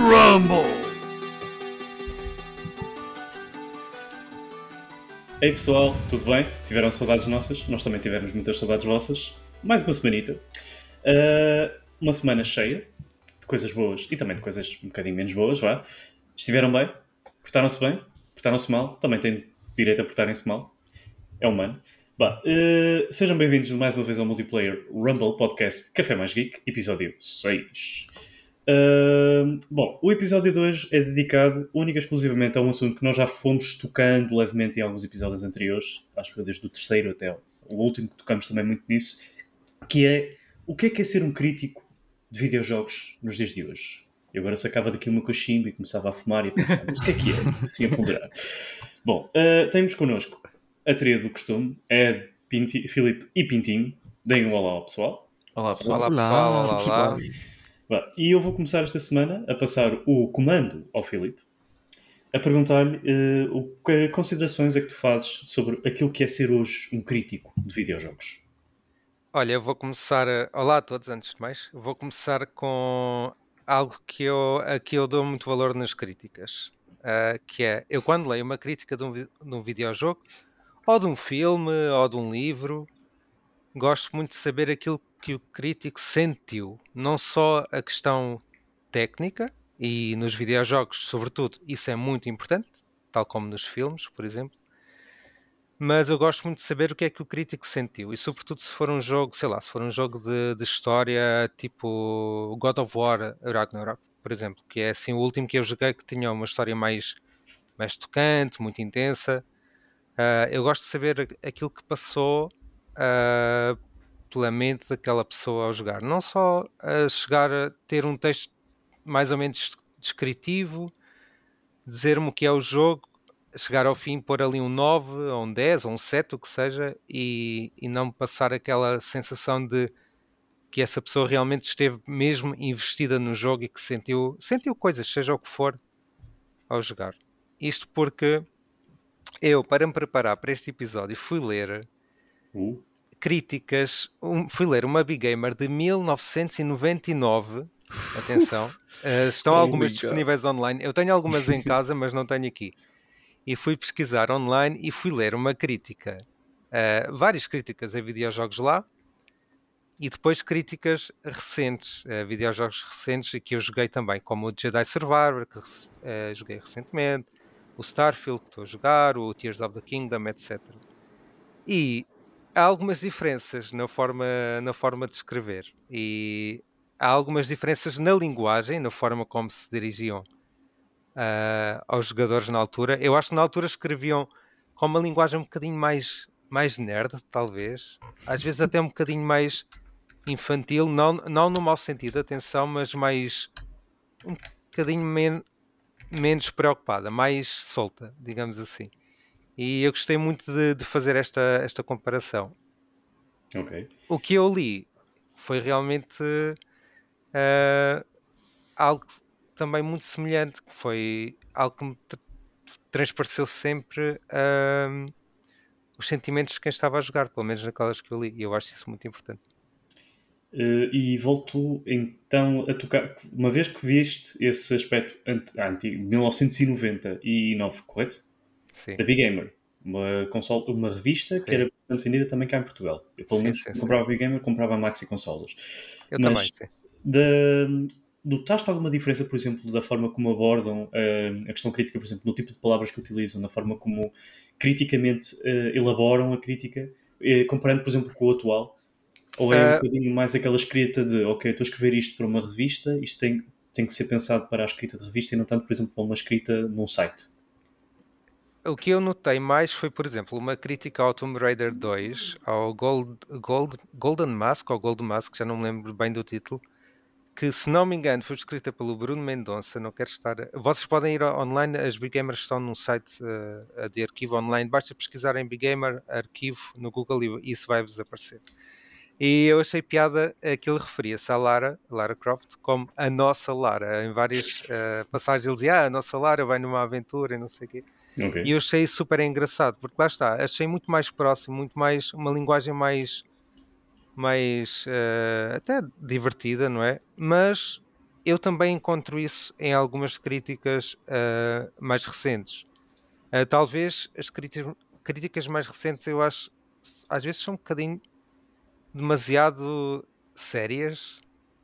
Rumble! Ei pessoal, tudo bem? Tiveram saudades nossas? Nós também tivemos muitas saudades vossas. Mais uma semanita. Uma semana cheia de coisas boas e também de coisas um bocadinho menos boas, vá. Estiveram bem? Portaram-se bem? Portaram-se mal? Também têm direito a portarem-se mal. É humano. Sejam bem-vindos mais uma vez ao Multiplayer Rumble Podcast Café Mais Geek, episódio 6. O episódio de hoje é dedicado única e exclusivamente a um assunto que nós já fomos tocando levemente em alguns episódios anteriores, acho que desde o terceiro até o último, que tocamos também muito nisso, que é o que é ser um crítico de videojogos nos dias de hoje. E agora sacava daqui o meu cachimbo e começava a fumar e a pensar, mas o que é? Assim a ponderar. Temos connosco a tríade do costume, Ed, Filipe e Pintinho. Deem um olá ao pessoal. Olá pessoal, Olá. E eu vou começar esta semana a passar o comando ao Filipe, a perguntar-lhe que considerações é que tu fazes sobre aquilo que é ser hoje um crítico de videojogos. Olha, eu vou começar. Olá a todos, antes de mais. Vou começar com algo a que eu dou muito valor nas críticas. Que é, eu quando leio uma crítica de um videojogo, ou de um filme, ou de um livro, gosto muito de saber aquilo que o crítico sentiu. Não só a questão técnica, e nos videojogos, sobretudo, isso é muito importante, tal como nos filmes, por exemplo. Mas eu gosto muito de saber o que é que o crítico sentiu. E sobretudo se for um jogo, sei lá, se for um jogo de história tipo God of War, Ragnarok, por exemplo, que é assim o último que eu joguei, que tinha uma história mais tocante, muito intensa. Eu gosto de saber aquilo que passou pela mente daquela pessoa ao jogar. Não só a chegar a ter um texto mais ou menos descritivo, dizer-me o que é o jogo, chegar ao fim, pôr ali um 9, ou um 10, ou um 7, o que seja, e não me passar aquela sensação de que essa pessoa realmente esteve mesmo investida no jogo e que sentiu coisas, seja o que for, ao jogar. Isto porque eu, para me preparar para este episódio, fui ler críticas, fui ler uma Big Gamer de 1999, atenção, estão algumas disponíveis online, eu tenho algumas em casa, mas não tenho aqui. E fui pesquisar online e fui ler uma crítica, várias críticas a videojogos lá, e depois críticas recentes, a videojogos recentes que eu joguei também, como o Jedi Survivor, que joguei recentemente, o Starfield, que estou a jogar, o Tears of the Kingdom, etc. E há algumas diferenças na forma de escrever, e há algumas diferenças na linguagem, na forma como se dirigiam aos jogadores na altura. Eu acho que na altura escreviam com uma linguagem um bocadinho mais nerd, talvez. Às vezes até um bocadinho mais infantil, não no mau sentido, atenção, mas um bocadinho menos preocupada, mais solta, digamos assim. E eu gostei muito de fazer esta comparação. Ok. O que eu li foi realmente algo também muito semelhante, que foi algo que me transpareceu sempre os sentimentos de quem estava a jogar, pelo menos naquelas que eu li, e eu acho isso muito importante. E volto então a tocar, uma vez que viste esse aspecto antigo, 1999, correto? Sim. Da Big Gamer, uma revista que era bastante vendida também cá em Portugal. Eu, pelo menos, comprava a Big Gamer, comprava a Maxi Consolas. Eu também, sim. Notaste alguma diferença, por exemplo, da forma como abordam a questão crítica, por exemplo, no tipo de palavras que utilizam, na forma como criticamente elaboram a crítica, comparando, por exemplo, com o atual? Ou é um bocadinho mais aquela escrita de, ok, estou a escrever isto para uma revista, isto tem que ser pensado para a escrita de revista e não tanto, por exemplo, para uma escrita num site? O que eu notei mais foi, por exemplo, uma crítica ao Tomb Raider 2, ao Golden Mask, ou Gold Mask, já não me lembro bem do título, que, se não me engano, foi escrita pelo Bruno Mendonça. Não quero estar... Vocês podem ir online, as Big Gamers estão num site de arquivo online, basta pesquisar em Big Gamer arquivo no Google e isso vai-vos aparecer. E eu achei piada que ele referia-se à Lara Croft, como a nossa Lara. Em várias passagens ele dizia, a nossa Lara vai numa aventura e não sei o quê. Okay. E eu achei super engraçado, porque lá está, achei muito mais próximo, muito mais, uma linguagem mais até divertida, não é? Mas eu também encontro isso em algumas críticas mais recentes. Talvez as críticas mais recentes, eu acho, às vezes são um bocadinho demasiado sérias.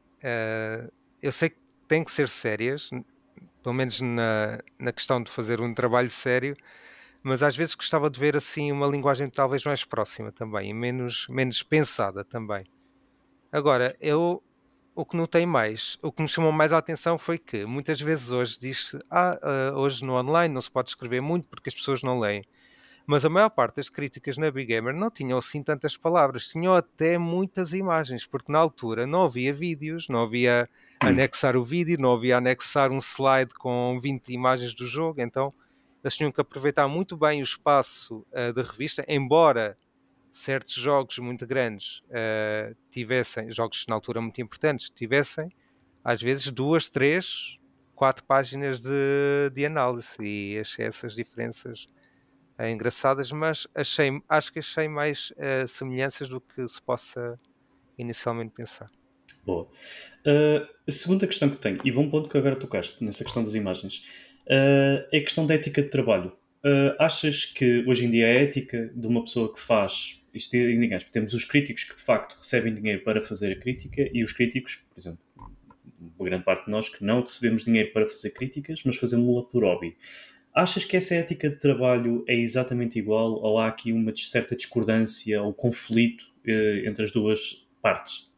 Eu sei que têm que ser sérias, pelo menos na questão de fazer um trabalho sério, mas às vezes gostava de ver assim uma linguagem talvez mais próxima também, e menos pensada também. Agora, o que notei mais, o que me chamou mais a atenção foi que muitas vezes hoje diz-se, hoje no online não se pode escrever muito porque as pessoas não leem. Mas a maior parte das críticas na Big Gamer não tinham assim tantas palavras, tinham até muitas imagens, porque na altura não havia vídeos, não havia anexar o vídeo, não havia anexar um slide com 20 imagens do jogo, então eles tinham que aproveitar muito bem o espaço da revista, embora certos jogos muito grandes tivessem, jogos na altura muito importantes, tivessem às vezes 2, 3, 4 páginas de análise, e achei essas diferenças engraçadas, mas acho que achei mais semelhanças do que se possa inicialmente pensar. Boa. A segunda questão que tenho, e bom ponto que agora tocaste nessa questão das imagens, é a questão da ética de trabalho. Achas que hoje em dia a ética de uma pessoa que faz isto, digamos, temos os críticos que de facto recebem dinheiro para fazer a crítica e os críticos, por exemplo, uma grande parte de nós que não recebemos dinheiro para fazer críticas, mas fazemos-la por hobby. Achas que essa ética de trabalho é exatamente igual ou há aqui uma certa discordância ou conflito entre as duas partes?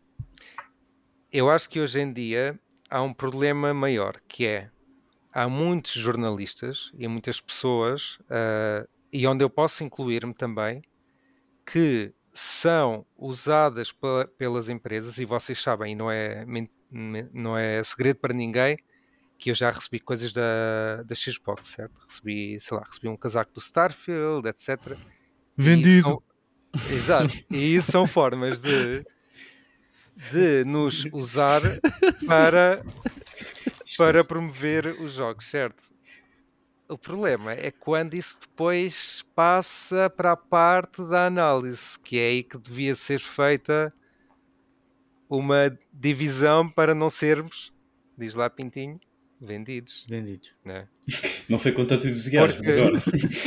Eu acho que hoje em dia há um problema maior, que é há muitos jornalistas e muitas pessoas, e onde eu posso incluir-me também, que são usadas pelas empresas, e vocês sabem, não é segredo para ninguém, que eu já recebi coisas da Xbox, certo? Recebi um casaco do Starfield, etc. E isso Vendido. exato, e isso são formas de nos usar para promover os jogos, certo? O problema é quando isso depois passa para a parte da análise, que é aí que devia ser feita uma divisão para não sermos, diz lá Pintinho, vendidos. Vendidos. Né? Não foi com tanto entusiasmo Porque, agora.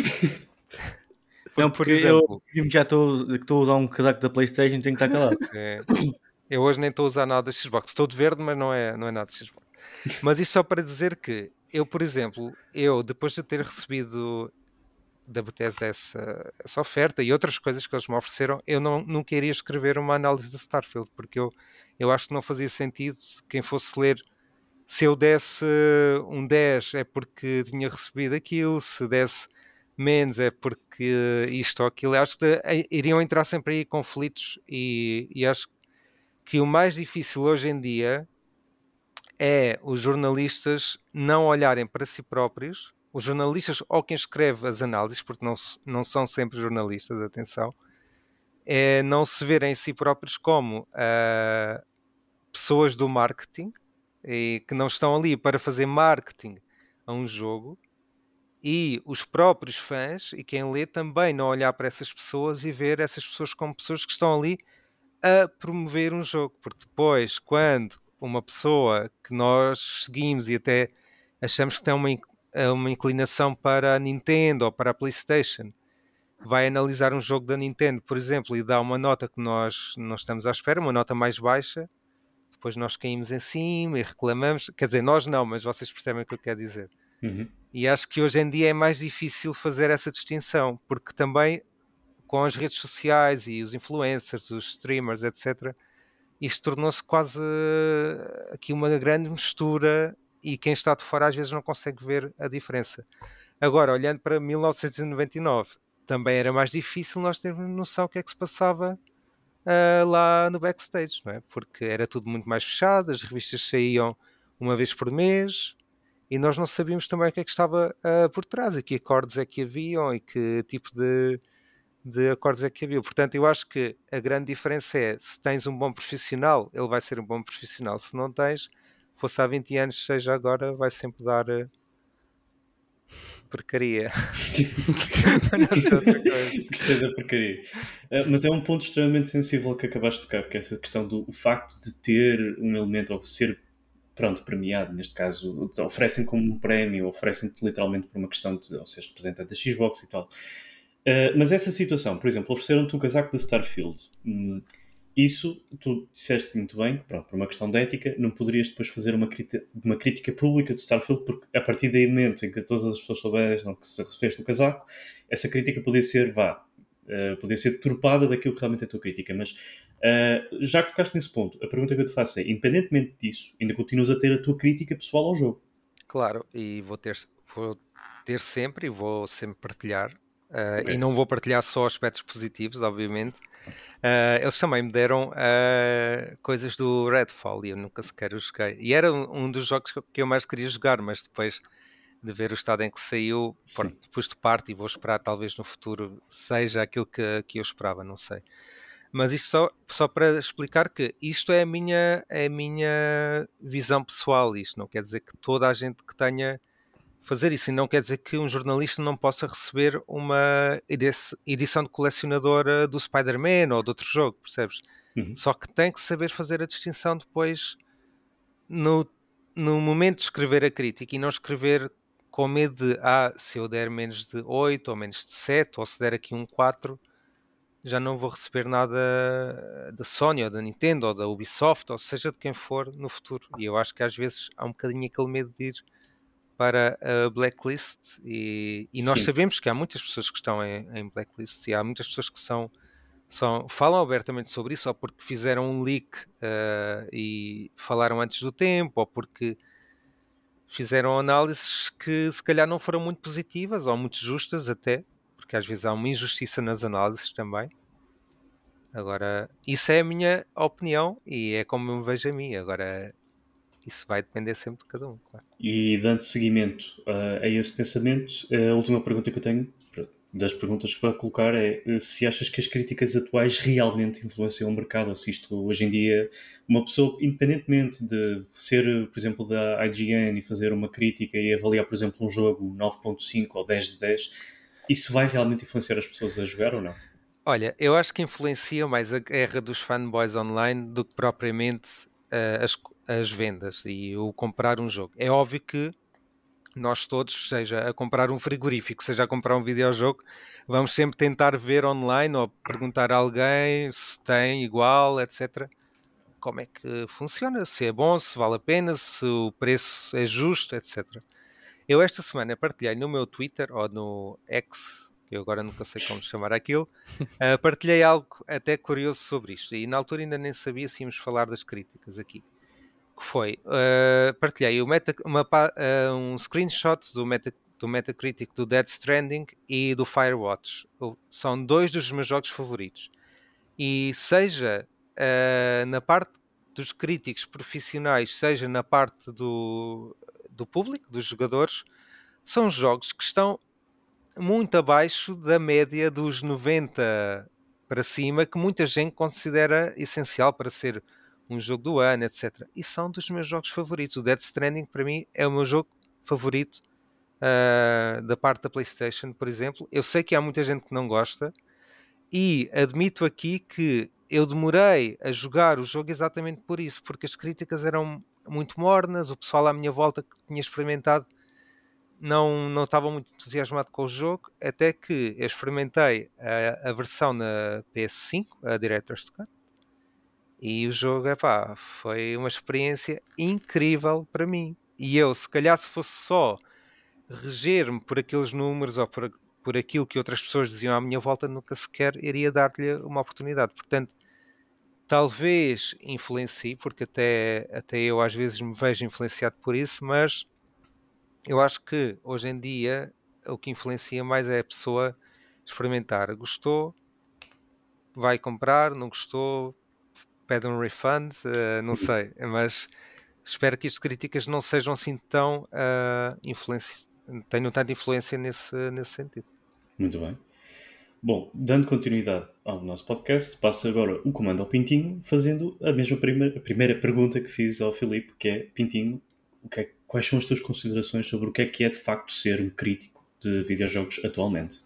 Não, por porque exemplo, eu já estou a usar um casaco da PlayStation e tenho que estar calado. eu hoje nem estou a usar nada da Xbox. Estou de verde, mas não é nada de Xbox. Mas isto só para dizer que eu, por exemplo, depois de ter recebido da Bethesda essa oferta e outras coisas que eles me ofereceram, eu nunca iria escrever uma análise de Starfield, porque eu acho que não fazia sentido quem fosse ler. Se eu desse um 10 é porque tinha recebido aquilo, se desse menos é porque isto ou aquilo. Eu acho que iriam entrar sempre aí conflitos, e acho que o mais difícil hoje em dia é os jornalistas não olharem para si próprios, os jornalistas ou quem escreve as análises, porque não são sempre jornalistas, atenção, é não se verem em si próprios como pessoas do marketing, e que não estão ali para fazer marketing a um jogo, e os próprios fãs e quem lê também não olhar para essas pessoas e ver essas pessoas como pessoas que estão ali a promover um jogo, porque depois, quando uma pessoa que nós seguimos e até achamos que tem uma inclinação para a Nintendo ou para a PlayStation, vai analisar um jogo da Nintendo, por exemplo, e dá uma nota que nós não estamos à espera, uma nota mais baixa, depois nós caímos em cima e reclamamos, quer dizer, nós não, mas vocês percebem o que eu quero dizer. Uhum. E acho que hoje em dia é mais difícil fazer essa distinção, porque também com as redes sociais e os influencers, os streamers, etc., isto tornou-se quase aqui uma grande mistura, e quem está de fora às vezes não consegue ver a diferença. Agora, olhando para 1999, também era mais difícil nós termos noção do que é que se passava lá no backstage, não é? Porque era tudo muito mais fechado, as revistas saíam uma vez por mês e nós não sabíamos também o que é que estava por trás, e que acordes é que haviam e que tipo de acordes é que havia. Portanto, eu acho que a grande diferença é, se tens um bom profissional, ele vai ser um bom profissional. Se não tens, fosse há 20 anos, seja agora, vai sempre dar porcaria. Não sei outra coisa. Gostei da porcaria. Mas é um ponto extremamente sensível que acabaste de tocar, porque essa questão do o facto de ter um elemento ou ser pronto, premiado, neste caso, oferecem como um prémio, oferecem-te literalmente por uma questão de, ou seja, representante da Xbox e tal. Mas essa situação, por exemplo, ofereceram-te o casaco da Starfield. Isso, tu disseste muito bem, pronto, por uma questão de ética, não poderias depois fazer uma crítica pública de Starfield, porque a partir do momento em que todas as pessoas souberam que se recebeste o casaco, essa crítica podia ser, podia ser deturpada daquilo que realmente é a tua crítica. Mas já que tocaste nesse ponto, a pergunta que eu te faço é, independentemente disso, ainda continuas a ter a tua crítica pessoal ao jogo? Claro, e vou ter sempre e vou sempre partilhar. Ok. E não vou partilhar só aspectos positivos, obviamente. Eles também me deram coisas do Redfall e eu nunca sequer os joguei. E era um dos jogos que eu mais queria jogar, mas depois de ver o estado em que saiu, Sim. pus de parte e vou esperar talvez no futuro seja aquilo que eu esperava, não sei. Mas isto só para explicar que isto é a minha visão pessoal. Isto não quer dizer que toda a gente que tenha fazer isso, e não quer dizer que um jornalista não possa receber uma edição de colecionadora do Spider-Man ou de outro jogo, percebes? Uhum. Só que tem que saber fazer a distinção depois no, no momento de escrever a crítica e não escrever com medo de se eu der menos de 8 ou menos de 7 ou se der aqui um 4 já não vou receber nada da Sony ou da Nintendo ou da Ubisoft ou seja de quem for no futuro. E eu acho que às vezes há um bocadinho aquele medo de ir para a blacklist e nós Sim. sabemos que há muitas pessoas que estão em blacklist e há muitas pessoas que falam abertamente sobre isso ou porque fizeram um leak e falaram antes do tempo ou porque fizeram análises que se calhar não foram muito positivas ou muito justas até, porque às vezes há uma injustiça nas análises também. Agora, isso é a minha opinião e é como eu me vejo a mim. Agora, isso vai depender sempre de cada um, claro. E dando seguimento a esse pensamento, a última pergunta que eu tenho, das perguntas que vou colocar, é se achas que as críticas atuais realmente influenciam o mercado, ou se isto hoje em dia, uma pessoa, independentemente de ser, por exemplo, da IGN e fazer uma crítica e avaliar, por exemplo, um jogo 9.5 ou 10 de 10, isso vai realmente influenciar as pessoas a jogar ou não? Olha, eu acho que influencia mais a guerra dos fanboys online do que propriamente as vendas e o comprar um jogo. É óbvio que nós todos, seja a comprar um frigorífico, seja a comprar um videojogo, vamos sempre tentar ver online ou perguntar a alguém se tem igual, etc. Como é que funciona, se é bom, se vale a pena, se o preço é justo, etc. Eu esta semana partilhei no meu Twitter ou no X, que eu agora nunca sei como chamar aquilo, partilhei algo até curioso sobre isto e na altura ainda nem sabia se íamos falar das críticas aqui. Que foi, partilhei um screenshot do Metacritic do Dead Stranding e do Firewatch. São dois dos meus jogos favoritos. E seja na parte dos críticos profissionais, seja na parte do público, dos jogadores, são jogos que estão muito abaixo da média dos 90 para cima, que muita gente considera essencial para ser um jogo do ano, etc. E são dos meus jogos favoritos. O Death Stranding, para mim, é o meu jogo favorito da parte da PlayStation, por exemplo. Eu sei que há muita gente que não gosta e admito aqui que eu demorei a jogar o jogo exatamente por isso, porque as críticas eram muito mornas, o pessoal à minha volta que tinha experimentado não estava muito entusiasmado com o jogo, até que eu experimentei a versão na PS5, a Director's Cut, e o jogo, foi uma experiência incrível para mim. E eu, se calhar, se fosse só reger-me por aqueles números ou por aquilo que outras pessoas diziam à minha volta, nunca sequer iria dar-lhe uma oportunidade. Portanto, talvez influencie, porque até eu às vezes me vejo influenciado por isso, mas eu acho que hoje em dia o que influencia mais é a pessoa experimentar. Gostou, vai comprar, não gostou, pede um refund, não sei, mas espero que as críticas não sejam assim tão tenham tanta influência nesse sentido. Muito bem. Bom, dando continuidade ao nosso podcast, passo agora o comando ao Pintinho, fazendo a mesma a primeira pergunta que fiz ao Filipe, que é, Pintinho, quais são as tuas considerações sobre o que é de facto ser um crítico de videojogos atualmente?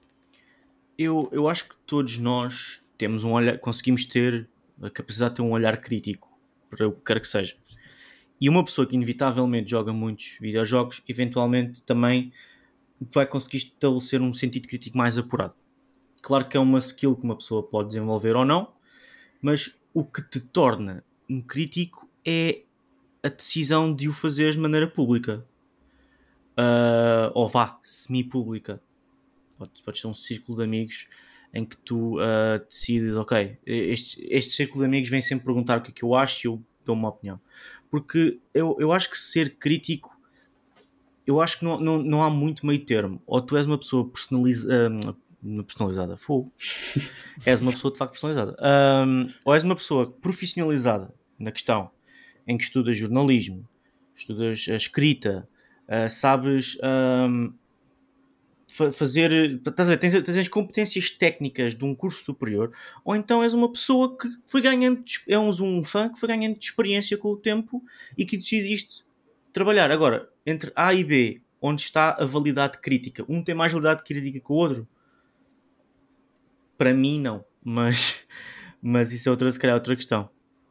Eu acho que todos nós temos um olhar, conseguimos ter a capacidade de ter um olhar crítico para o que quer que seja. E uma pessoa que inevitavelmente joga muitos videojogos, eventualmente também vai conseguir estabelecer um sentido crítico mais apurado. Claro que é uma skill que uma pessoa pode desenvolver ou não, mas o que te torna um crítico é a decisão de o fazer de maneira pública. Ou vá, semi-pública. Pode ser um círculo de amigos em que tu decides, ok, este círculo de amigos vem sempre perguntar o que é que eu acho e eu dou uma opinião. Porque eu acho que ser crítico, eu acho que não há muito meio termo. Ou tu és uma pessoa personalizada, fogo. És uma pessoa de facto personalizada. Ou és uma pessoa profissionalizada na questão em que estudas jornalismo, estudas a escrita, sabes fazer. Estás a ver, tens as competências técnicas de um curso superior, ou então és uma pessoa que foi ganhando. É um fã que foi ganhando de experiência com o tempo e que decidiste trabalhar. Agora, entre A e B, onde está a validade crítica? Um tem mais validade crítica que o outro? Para mim, não. Mas isso é outra, se calhar, outra questão.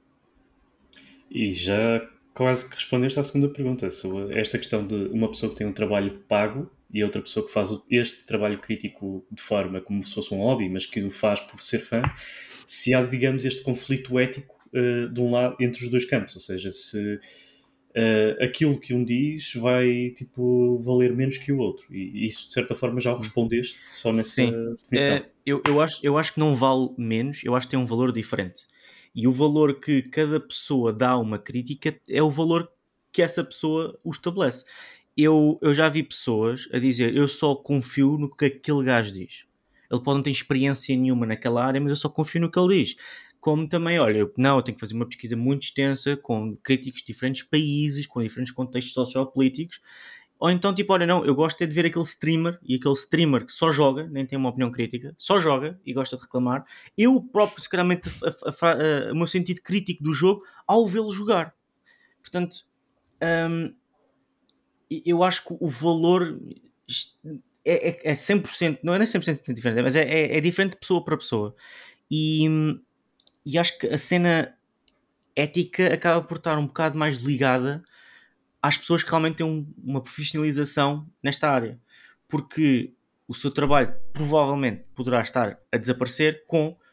E já quase que respondeste à segunda pergunta, sobre esta questão de uma pessoa que tem um trabalho pago e outra pessoa que faz este trabalho crítico de forma como se fosse um hobby, mas que o faz por ser fã, se há, digamos, este conflito ético de um lado entre os dois campos, ou seja, se aquilo que um diz vai tipo valer menos que o outro, e isso de certa forma já o respondeste só nessa Sim. definição. Eu acho que não vale menos, eu acho que tem um valor diferente. E o valor que cada pessoa dá a uma crítica é o valor que essa pessoa o estabelece. Eu já vi pessoas a dizer eu só confio no que aquele gajo diz. Ele pode não ter experiência nenhuma naquela área, mas eu só confio no que ele diz. Como também, olha, eu tenho que fazer uma pesquisa muito extensa com críticos de diferentes países, com diferentes contextos sociopolíticos. Ou então, tipo, olha, não, eu gosto é de ver aquele streamer, e aquele streamer que só joga, nem tem uma opinião crítica, só joga e gosta de reclamar. Eu próprio, seguramente, o meu sentido crítico do jogo ao vê-lo jogar. Portanto, eu acho que o valor é 100%, não é nem 100% diferente, mas é diferente de pessoa para pessoa. E acho que a cena ética acaba por estar um bocado mais ligada às pessoas que realmente têm uma profissionalização nesta área, porque o seu trabalho provavelmente poderá estar a desaparecer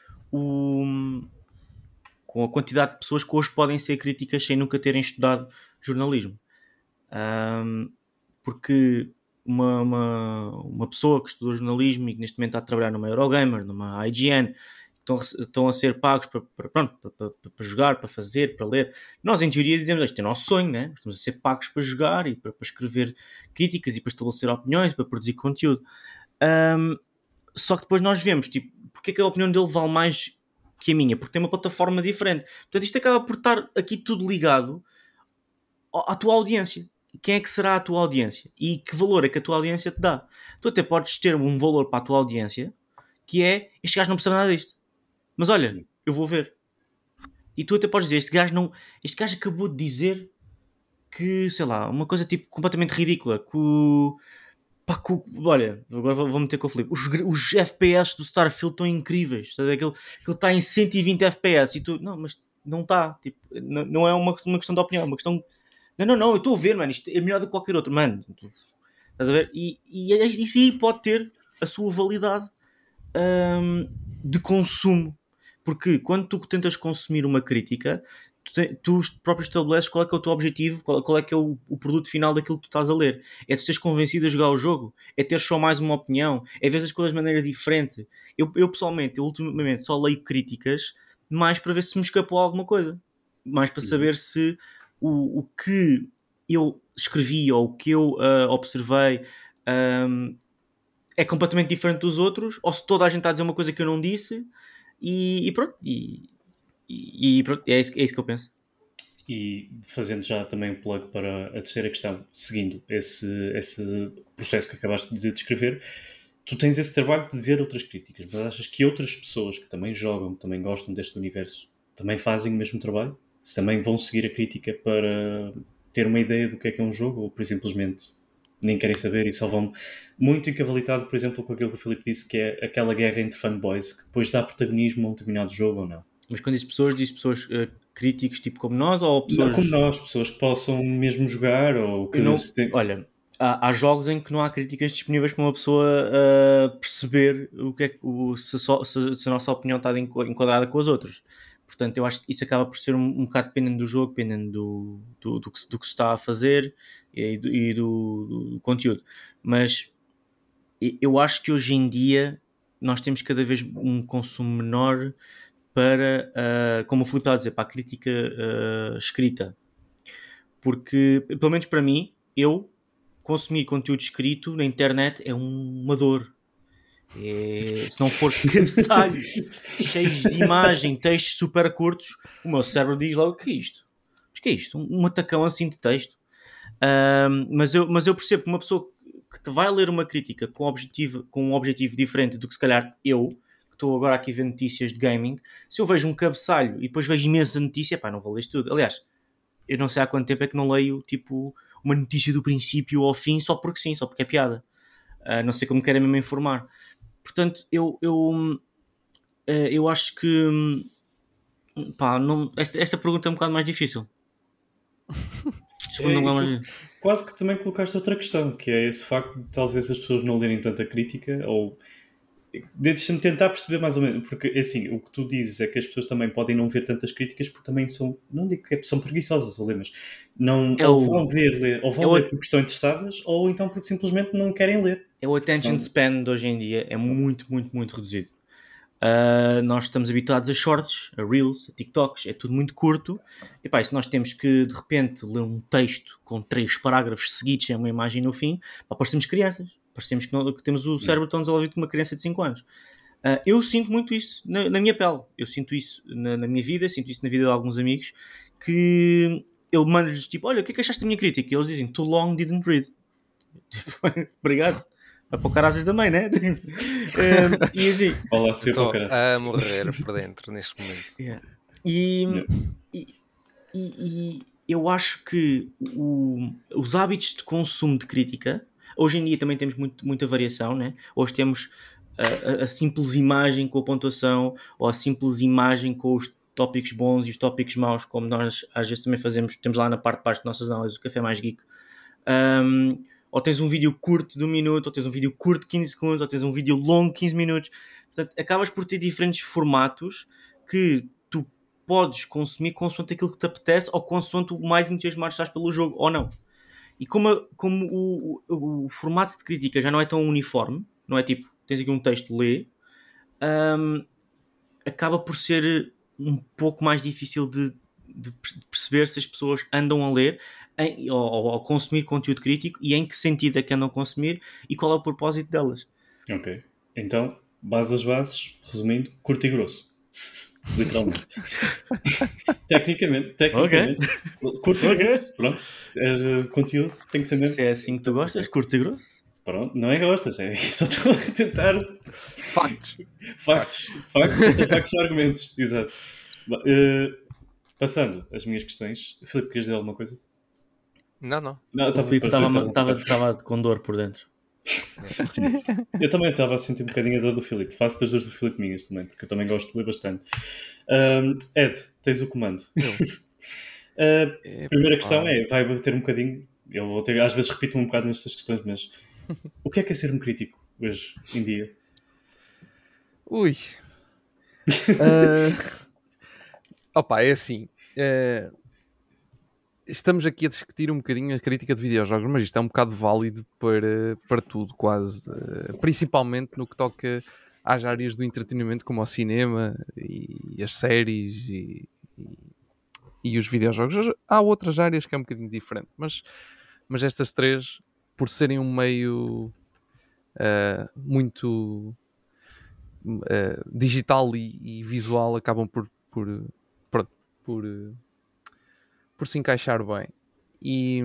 com a quantidade de pessoas que hoje podem ser críticas sem nunca terem estudado jornalismo. Porque uma pessoa que estudou jornalismo e que neste momento está a trabalhar numa Eurogamer, numa IGN, estão a ser pagos para jogar, para fazer, para ler. Nós, em teoria, dizemos isto é o nosso sonho, né? Estamos a ser pagos para jogar e para escrever críticas e para estabelecer opiniões, para produzir conteúdo. Só que depois nós vemos, tipo, porque é que a opinião dele vale mais que a minha? Porque tem uma plataforma diferente. Portanto, isto acaba por estar aqui tudo ligado à tua audiência. Quem é que será a tua audiência? E que valor é que a tua audiência te dá? Tu até podes ter um valor para a tua audiência que é, este gajo não percebe nada disto. Mas olha, eu vou ver. E tu até podes dizer, este gajo acabou de dizer que, sei lá, uma coisa tipo completamente ridícula, olha, agora vou meter com o Filipe. Os FPS do Starfield estão incríveis. Aquilo está em 120 FPS e tu, não, mas não está. Tipo, não é uma questão de opinião, é uma questão. Não, eu estou a ver, mano, isto é melhor do que qualquer outro, mano. Estás a ver? E isso aí pode ter a sua validade de consumo. Porque quando tu tentas consumir uma crítica, tu próprio estabeleces qual é que é o teu objetivo, qual é que é o produto final daquilo que tu estás a ler. É tu seres convencido a jogar o jogo, é ter só mais uma opinião, é ver as coisas de maneira diferente. Eu pessoalmente, ultimamente só leio críticas mais para ver se me escapou alguma coisa, mais para saber se o que eu escrevi ou o que eu observei é completamente diferente dos outros, ou se toda a gente está a dizer uma coisa que eu não disse, e pronto, pronto, é isso que eu penso. E fazendo já também um plug para a terceira questão, seguindo esse processo que acabaste de descrever, tu tens esse trabalho de ver outras críticas, mas achas que outras pessoas que também jogam, que também gostam deste universo, também fazem o mesmo trabalho? Se também vão seguir a crítica para ter uma ideia do que é um jogo, ou por simplesmente nem querem saber e só vão muito encavalitado, por exemplo, com aquilo que o Filipe disse, que é aquela guerra entre fanboys, que depois dá protagonismo a um determinado jogo ou não? Mas quando diz pessoas críticos tipo como nós ou Não, pessoas... como nós, pessoas que possam mesmo jogar ou que Eu não... se tem- Olha, há jogos em que não há críticas disponíveis para uma pessoa perceber o que é, se a nossa opinião está enquadrada com as outras. Portanto, eu acho que isso acaba por ser um bocado dependendo do jogo, dependendo do que se está a fazer do conteúdo. Mas eu acho que hoje em dia nós temos cada vez um consumo menor para, como o Filipe está a dizer, para a crítica escrita. Porque, pelo menos para mim, eu consumir conteúdo escrito na internet é uma dor. Se não for cabeçalhos cheios de imagem, textos super curtos, o meu cérebro diz logo: o que é isto? Mas que é isto? Um atacão assim de texto. Mas eu percebo que uma pessoa que te vai ler uma crítica com um objetivo diferente do que se calhar eu, que estou agora aqui a ver notícias de gaming, se eu vejo um cabeçalho e depois vejo imensa notícia, pá, não vou ler isto tudo. Aliás, eu não sei há quanto tempo é que não leio tipo uma notícia do princípio ao fim só porque sim, só porque é piada. Não sei como querem mesmo informar. Portanto, eu acho que pá, não, esta pergunta é um bocado mais difícil. E tu quase que também colocaste outra questão, que é esse facto de talvez as pessoas não lerem tanta crítica, ou deixa-me tentar perceber mais ou menos, porque assim, o que tu dizes é que as pessoas também podem não ver tantas críticas porque também são, não digo que são preguiçosas a ler, mas não, ou vão ler porque estão interessadas, ou então porque simplesmente não querem ler. É o attention span de hoje em dia, é muito, muito, muito reduzido. Nós estamos habituados a shorts, a reels, a TikToks, é tudo muito curto. E pá, se nós temos que de repente ler um texto com 3 parágrafos seguidos sem uma imagem no fim, pá, parecemos crianças, parecemos que temos o cérebro tão desenvolvido como uma criança de 5 anos. Eu sinto muito isso na minha pele, eu sinto isso na minha vida, sinto isso na vida de alguns amigos, que ele manda-lhes tipo: olha, o que é que achaste da minha crítica? E eles dizem: too long, didn't read. Obrigado. A para o caralho também, né? E assim, Olá, ser para o Estou caralho. a morrer por dentro neste momento. Yeah. E eu acho que os hábitos de consumo de crítica, hoje em dia também temos muita variação, né? Hoje temos a simples imagem com a pontuação, ou a simples imagem com os tópicos bons e os tópicos maus, como nós às vezes também fazemos, temos lá na parte de baixo de nossas análises, o Café Mais Geek. Ou tens um vídeo curto de 1 minuto, ou tens um vídeo curto de 15 segundos, ou tens um vídeo longo de 15 minutos. Portanto, acabas por ter diferentes formatos que tu podes consumir consoante aquilo que te apetece ou consoante o mais entusiasmado estás pelo jogo, ou não. E como o formato de crítica já não é tão uniforme, não é tipo, tens aqui um texto, lê, acaba por ser um pouco mais difícil de perceber se as pessoas andam a ler ou a consumir conteúdo crítico e em que sentido é que andam a consumir e qual é o propósito delas. Ok. Então, base das bases, resumindo, curto e grosso. Literalmente. Tecnicamente. Ok. Curto e grosso. Pronto. Conteúdo tem que ser mesmo. Se é assim que tu gostas, curto e grosso. Pronto, não é gostas, só estou a tentar. Factos. Contra factos e argumentos. Exato. Passando as minhas questões. Filipe, queres dizer alguma coisa? Não. O Filipe estava com dor por dentro. Sim. Eu também estava a sentir um bocadinho a dor do Filipe. Faço das dores do Filipe minhas também, porque eu também gosto de ler bastante. Ed, tens o comando. Primeira questão vai bater um bocadinho. Eu vou ter, às vezes repito-me um bocado nestas questões, mas o que é ser um crítico hoje em dia? Ui. Opa, é assim. Estamos aqui a discutir um bocadinho a crítica de videojogos, mas isto é um bocado válido para tudo, quase. Principalmente no que toca às áreas do entretenimento, como o cinema e as séries e os videojogos. Há outras áreas que é um bocadinho diferente, mas estas três, por serem um meio muito digital e visual, acabam por se encaixar bem. E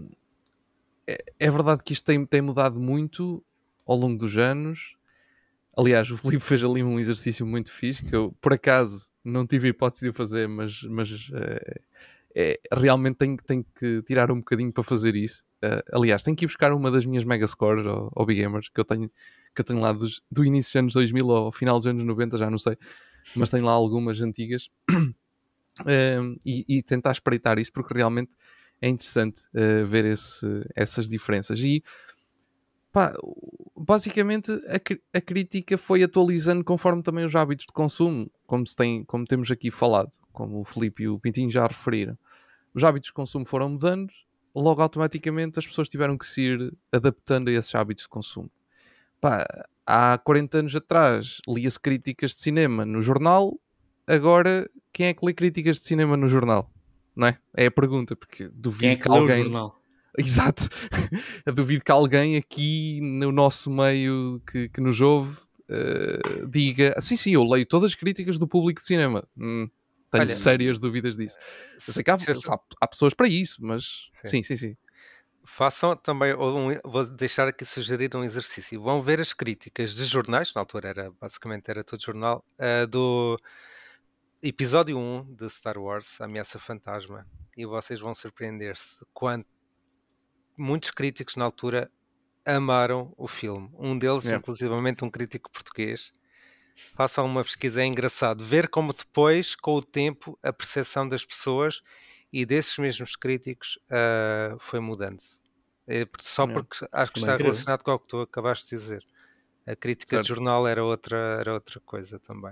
é verdade que isto tem mudado muito ao longo dos anos. Aliás, o Filipe fez ali um exercício muito fixe, que eu, por acaso, não tive a hipótese de fazer, mas realmente tenho que tirar um bocadinho para fazer isso. Aliás, tenho que ir buscar uma das minhas Megascores ao Big Gamers, que eu tenho lá do início dos anos 2000 ao final dos anos 90, já não sei, mas tenho lá algumas antigas. e tentar espreitar isso, porque realmente é interessante ver essas diferenças. E pá, basicamente a crítica foi atualizando conforme também os hábitos de consumo, como temos aqui falado, como o Filipe e o Pintinho já referiram. Os hábitos de consumo foram mudando, logo automaticamente as pessoas tiveram que se ir adaptando a esses hábitos de consumo. Pá, há 40 anos atrás lia-se críticas de cinema no jornal, agora quem é que lê críticas de cinema no jornal? Não é? É a pergunta, porque Quem duvido é que que lê o alguém... jornal? Exato. Eu duvido que alguém aqui no nosso meio que nos ouve diga sim, eu leio todas as críticas do público de cinema. Tenho Olha, sérias dúvidas disso. Eu sei que há pessoas para isso, mas sim. Façam também, vou deixar aqui sugerir um exercício. Vão ver as críticas de jornais, na altura basicamente era todo jornal, do episódio 1 de Star Wars, Ameaça Fantasma, e vocês vão surpreender-se quanto muitos críticos na altura amaram o filme. Um deles, inclusivamente um crítico português. Façam uma pesquisa, é engraçado ver como depois, com o tempo, a percepção das pessoas e desses mesmos críticos foi mudando-se. Só porque acho que está relacionado com o que tu acabaste de dizer. A crítica de jornal era outra coisa também.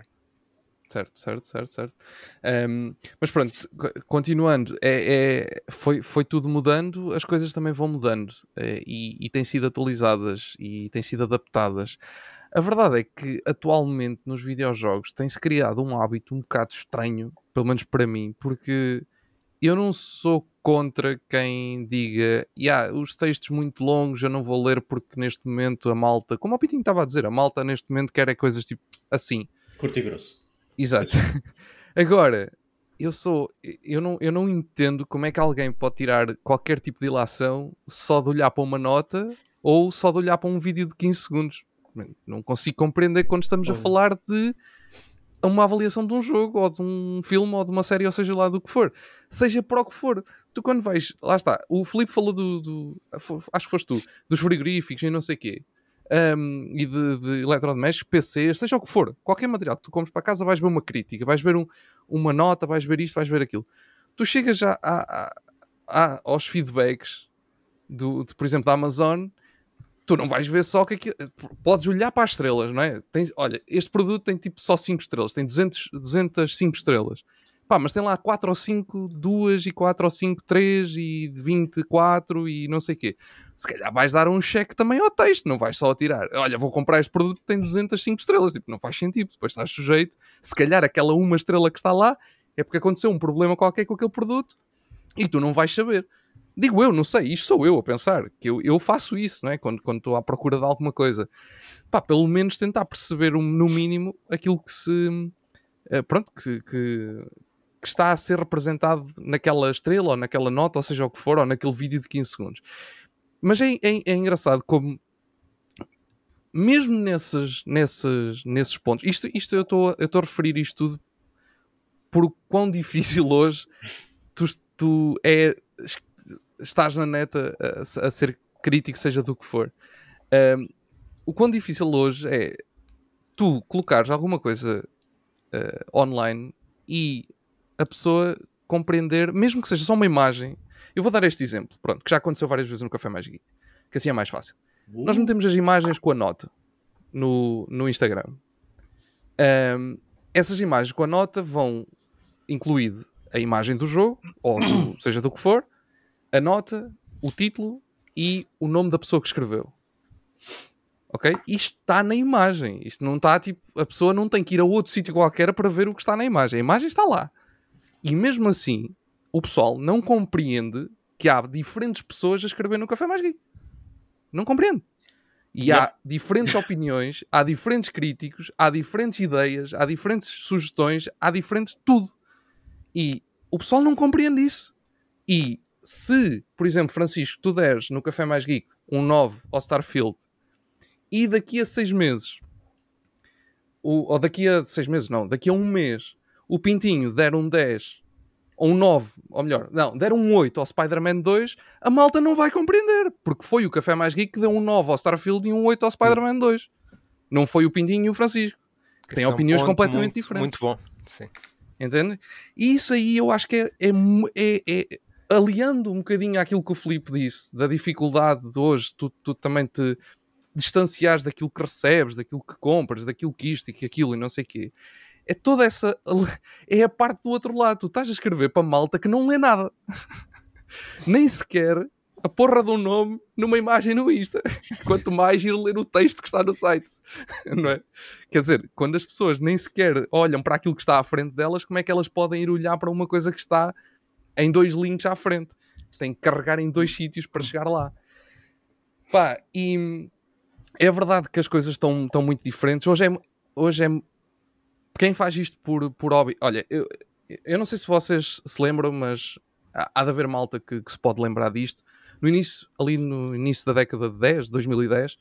Certo. Mas pronto, continuando, foi tudo mudando, as coisas também vão mudando e têm sido atualizadas e têm sido adaptadas. A verdade é que atualmente nos videojogos tem-se criado um hábito um bocado estranho, pelo menos para mim, porque eu não sou contra quem diga os textos muito longos eu não vou ler porque neste momento a malta, como o Pitinho estava a dizer, a malta neste momento quer coisas tipo assim. Curto e grosso. Exato. Agora, eu não entendo como é que alguém pode tirar qualquer tipo de ilação só de olhar para uma nota ou só de olhar para um vídeo de 15 segundos. Não consigo compreender quando estamos a falar de uma avaliação de um jogo ou de um filme ou de uma série, ou seja lá do que for. Seja para o que for. Tu quando vais... Lá está. O Filipe falou acho que foste tu. Dos frigoríficos e não sei o quê. E de eletrodomésticos, PCs, seja o que for, qualquer material que tu compres para casa, vais ver uma crítica, vais ver uma nota, vais ver isto, vais ver aquilo. Tu chegas já aos feedbacks por exemplo, da Amazon, tu não vais ver só que aquilo, podes olhar para as estrelas, não é? Olha, este produto tem tipo só 5 estrelas, tem 205 estrelas. Pá, mas tem lá 4 ou 5, 2 e 4 ou 5, 3 e 24 e não sei o quê. Se calhar vais dar um cheque também ao texto, não vais só tirar. Olha, vou comprar este produto que tem 205 estrelas. Tipo, não faz sentido. Depois estás sujeito. Se calhar aquela uma estrela que está lá é porque aconteceu um problema qualquer com aquele produto e tu não vais saber. Digo eu, não sei. Isto sou eu a pensar. Que eu faço isso, não é? Quando estou à procura de alguma coisa. Pá, pelo menos tentar perceber no mínimo aquilo que se... pronto, que está a ser representado naquela estrela ou naquela nota, ou seja o que for, ou naquele vídeo de 15 segundos. Mas é engraçado como mesmo nesses pontos, isto eu estou a referir isto tudo por quão difícil hoje tu estás na neta a ser crítico, seja do que for. O quão difícil hoje é tu colocares alguma coisa online e a pessoa compreender, mesmo que seja só uma imagem. Eu vou dar este exemplo, pronto, que já aconteceu várias vezes no Café Mais Geek, que assim é mais fácil. Nós metemos as imagens com a nota no Instagram. Essas imagens com a nota vão incluir a imagem do jogo, ou seja do que for, a nota, o título e o nome da pessoa que escreveu. Ok? Isto está na imagem. Isto não está tipo... A pessoa não tem que ir a outro sítio qualquer para ver o que está na imagem. A imagem está lá. E mesmo assim, o pessoal não compreende que há diferentes pessoas a escrever no Café Mais Geek. Não compreende. E há diferentes opiniões, há diferentes críticos, há diferentes ideias, há diferentes sugestões, há diferentes tudo. E o pessoal não compreende isso. E se, por exemplo, Francisco, tu deres no Café Mais Geek um 9 ao Starfield e daqui a 6 meses, ou daqui a 6 meses não, daqui a um mês, o Pintinho der um 10 ou um 9, ou melhor, não, der um 8 ao Spider-Man 2, a malta não vai compreender, porque foi o Café Mais Geek que deu um 9 ao Starfield e um 8 ao Spider-Man 2. Não foi o Pintinho e o Francisco, que têm opiniões completamente diferentes. Muito bom, sim. Entende? E isso aí eu acho que é aliando um bocadinho àquilo que o Filipe disse, da dificuldade de hoje, tu também te distanciares daquilo que recebes, daquilo que compras, daquilo que isto e que aquilo e não sei o quê. É toda essa... É a parte do outro lado. Tu estás a escrever para malta que não lê nada. Nem sequer a porra de um nome numa imagem no Insta. Quanto mais ir ler o texto que está no site. Não é? Quer dizer, quando as pessoas nem sequer olham para aquilo que está à frente delas, como é que elas podem ir olhar para uma coisa que está em 2 links à frente? Tem que carregar em 2 sítios para chegar lá. Pá, e é verdade que as coisas estão muito diferentes. Hoje é quem faz isto por hobby. Olha, eu não sei se vocês se lembram, mas há de haver malta que se pode lembrar disto. No início da década de 2010,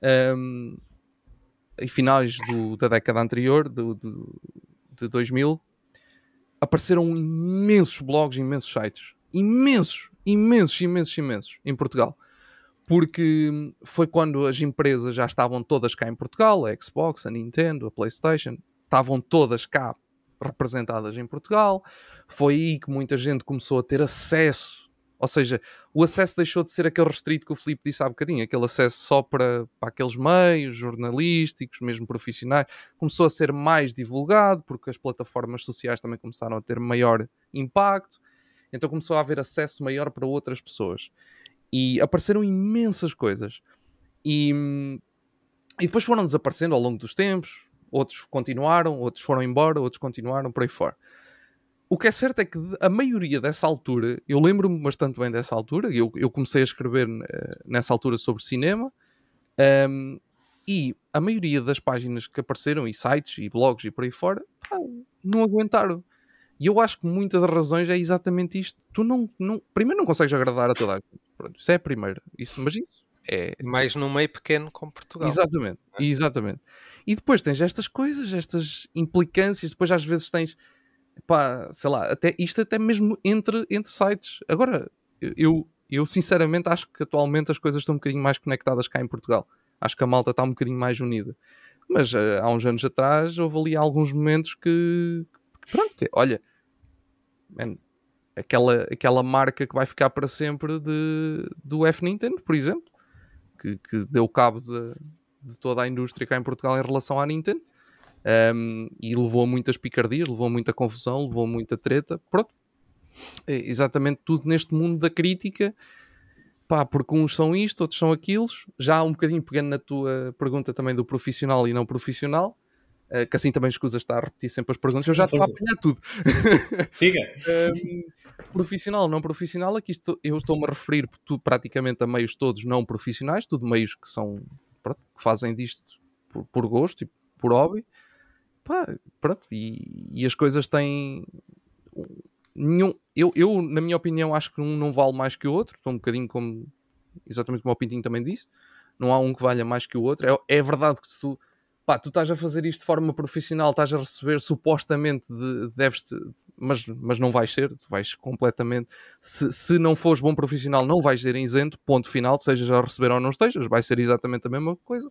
e finais da década anterior, de 2000, apareceram imensos blogs, imensos sites. Imensos em Portugal. Porque foi quando as empresas já estavam todas cá em Portugal, a Xbox, a Nintendo, a PlayStation, estavam todas cá representadas em Portugal. Foi aí que muita gente começou a ter acesso. Ou seja, o acesso deixou de ser aquele restrito que o Filipe disse há bocadinho, aquele acesso só para aqueles meios jornalísticos, mesmo profissionais. Começou a ser mais divulgado, porque as plataformas sociais também começaram a ter maior impacto. Então começou a haver acesso maior para outras pessoas. E apareceram imensas coisas. E depois foram desaparecendo ao longo dos tempos. Outros continuaram, outros foram embora, outros continuaram, por aí fora. O que é certo é que a maioria dessa altura, eu lembro-me bastante bem dessa altura, eu comecei a escrever nessa altura sobre cinema, e a maioria das páginas que apareceram, e sites, e blogs, e por aí fora, não aguentaram. E eu acho que muitas das razões é exatamente isto. Tu primeiro não consegues agradar a toda a gente. Pronto, isso é a primeira. Mas isso é... Mais num meio pequeno como Portugal. Exatamente. E depois tens estas coisas, estas implicâncias, depois às vezes tens, pá, sei lá, isto até mesmo entre sites. Agora, eu sinceramente acho que atualmente as coisas estão um bocadinho mais conectadas cá em Portugal. Acho que a malta está um bocadinho mais unida. Mas há uns anos atrás houve ali alguns momentos que pronto, olha, man, aquela marca que vai ficar para sempre do F-Nintendo, por exemplo, que deu cabo de toda a indústria cá em Portugal em relação à Nintendo, e levou a muitas picardias, levou a muita confusão, levou a muita treta. Pronto, é exatamente tudo neste mundo da crítica, pá, porque uns são isto, outros são aquilo. Já um bocadinho pegando na tua pergunta também do profissional e não profissional, que assim também escusas estar a repetir sempre as perguntas. Eu já estou a apanhar tudo. Siga. Profissional, não profissional, aqui eu estou-me a referir praticamente a meios todos não profissionais, tudo meios que são, pronto, que fazem disto por gosto e por hobby. Pá, pronto, e as coisas têm eu, na minha opinião, acho que um não vale mais que o outro. Estou um bocadinho exatamente como o Pintinho também disse, não há um que valha mais que o outro. É verdade que tu estás a fazer isto de forma profissional, estás a receber, supostamente deves-te, mas não vais ser, tu vais completamente, se não fores bom profissional não vais ser isento, ponto final, sejas a receber ou não estejas, vai ser exatamente a mesma coisa.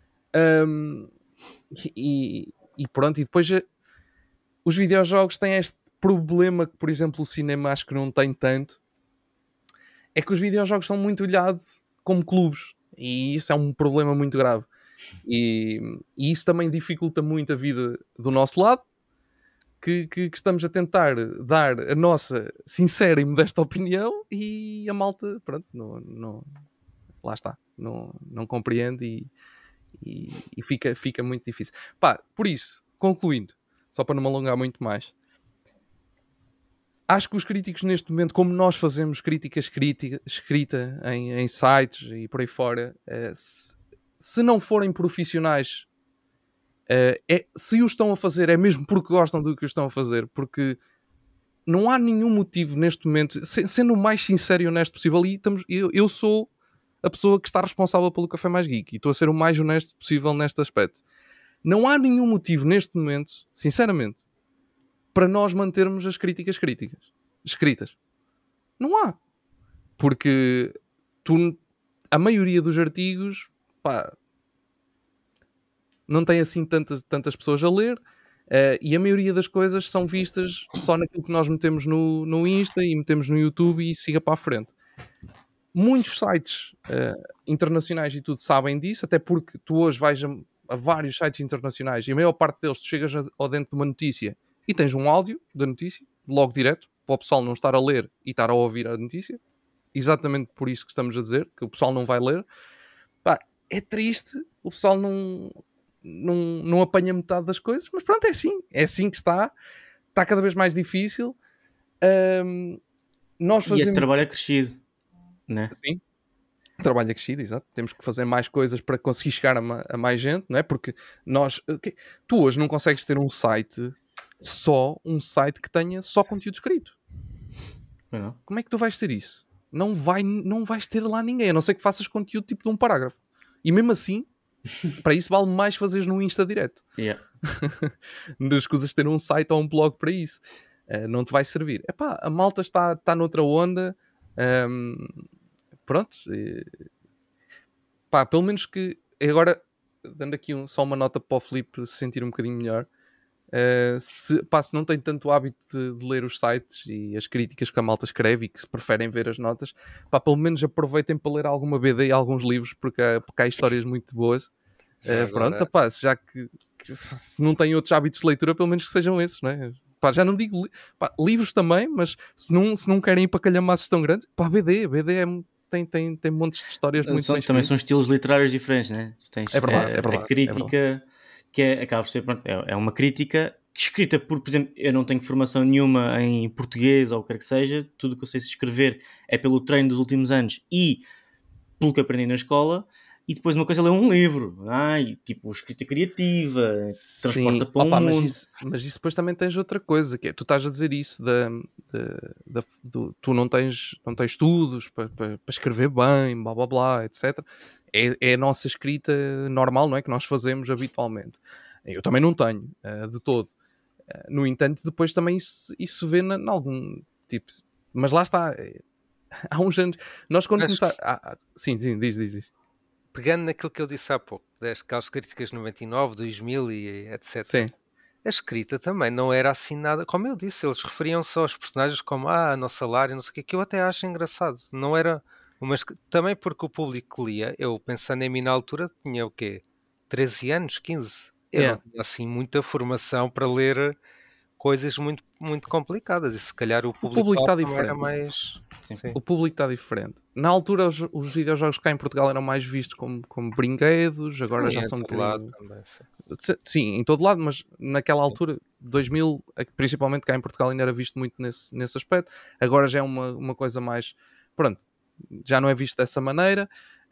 E pronto, e depois os videojogos têm este problema que, por exemplo, o cinema acho que não tem tanto, é que os videojogos são muito olhados como clubes, e isso é um problema muito grave. E isso também dificulta muito a vida do nosso lado, que estamos a tentar dar a nossa sincera e modesta opinião, e a malta, pronto, não lá está, não compreende, e fica muito difícil. Pá, por isso, concluindo, só para não me alongar muito mais, acho que os críticos neste momento, como nós fazemos crítica escrita em sites e por aí fora, se não forem profissionais, se o estão a fazer é mesmo porque gostam do que o estão a fazer, porque não há nenhum motivo neste momento, sendo o mais sincero e honesto possível, e eu sou a pessoa que está responsável pelo Café Mais Geek e estou a ser o mais honesto possível neste aspecto. Não há nenhum motivo neste momento, sinceramente, para nós mantermos as críticas escritas. Não há. Porque a maioria dos artigos, pá, não tem assim tantas pessoas a ler. E a maioria das coisas são vistas só naquilo que nós metemos no Insta e metemos no YouTube e siga para a frente. Muitos sites internacionais e tudo sabem disso, até porque tu hoje vais a vários sites internacionais e a maior parte deles tu chegas ao dentro de uma notícia e tens um áudio da notícia, logo direto, para o pessoal não estar a ler e estar a ouvir a notícia. Exatamente por isso que estamos a dizer, que o pessoal não vai ler. Pá, é triste, o pessoal não apanha metade das coisas, mas pronto, é assim que está cada vez mais difícil. Nós E fazemos... o trabalho é crescido, né? Sim, trabalho é crescido, exato. Temos que fazer mais coisas para conseguir chegar a mais gente, não é? Porque tu hoje não consegues ter um site que tenha só conteúdo escrito. Não. Como é que tu vais ter isso? Não vais ter lá ninguém, a não ser que faças conteúdo tipo de um parágrafo. E mesmo assim, para isso vale mais fazeres no Insta direto. Yeah. Não escusas ter um site ou um blog para isso. Não te vai servir. Epá, a malta está noutra onda. Pronto. Pá, pelo menos que... Agora, dando aqui só uma nota para o Filipe se sentir um bocadinho melhor. Se não tem tanto hábito de ler os sites e as críticas que a malta escreve e que se preferem ver as notas, pá, pelo menos aproveitem para ler alguma BD e alguns livros, porque há histórias muito boas. Pronto, pá, já que se não têm outros hábitos de leitura, pelo menos que sejam esses, não é? Pá, já não digo livros também, mas se não querem ir para calhamaços tão grandes, pá, BD tem montes de histórias muito bem Também escritas. São estilos literários diferentes, né? Tu tens É verdade, a crítica, que acaba por ser, pronto, é uma crítica escrita por exemplo, eu não tenho formação nenhuma em português ou o que quer que seja, tudo o que eu sei escrever é pelo treino dos últimos anos e pelo que aprendi na escola, e depois uma coisa é ler um livro, tipo escrita criativa, transporta para um mundo. Mas isso depois também tens outra coisa, que é, tu estás a dizer isso tu não tens estudos para escrever bem, blá blá blá, etc. É a nossa escrita normal, não é? Que nós fazemos habitualmente. Eu também não tenho, de todo. No entanto, depois também isso vê em algum tipo... Mas lá está. Há uns anos... Nós quando começámos... Sim, diz. Pegando naquilo que eu disse há pouco, aquelas críticas 99, 2000 e etc. Sim. A escrita também não era assim nada... Como eu disse, eles referiam-se aos personagens como nosso salário, não sei o que eu até acho engraçado. Não era... Também porque o público lia, eu pensando em mim na altura, tinha o quê? 13 anos, 15? Eu não tinha assim muita formação para ler coisas muito, muito complicadas e se calhar o público está também diferente. era mais... Sim. O público está diferente. Na altura os videojogos cá em Portugal eram mais vistos como brinquedos, agora já são um bocadinho... Sim, em todo lado, mas naquela altura, 2000, principalmente cá em Portugal ainda era visto muito nesse aspecto. Agora já é uma coisa mais... Pronto, já não é visto dessa maneira.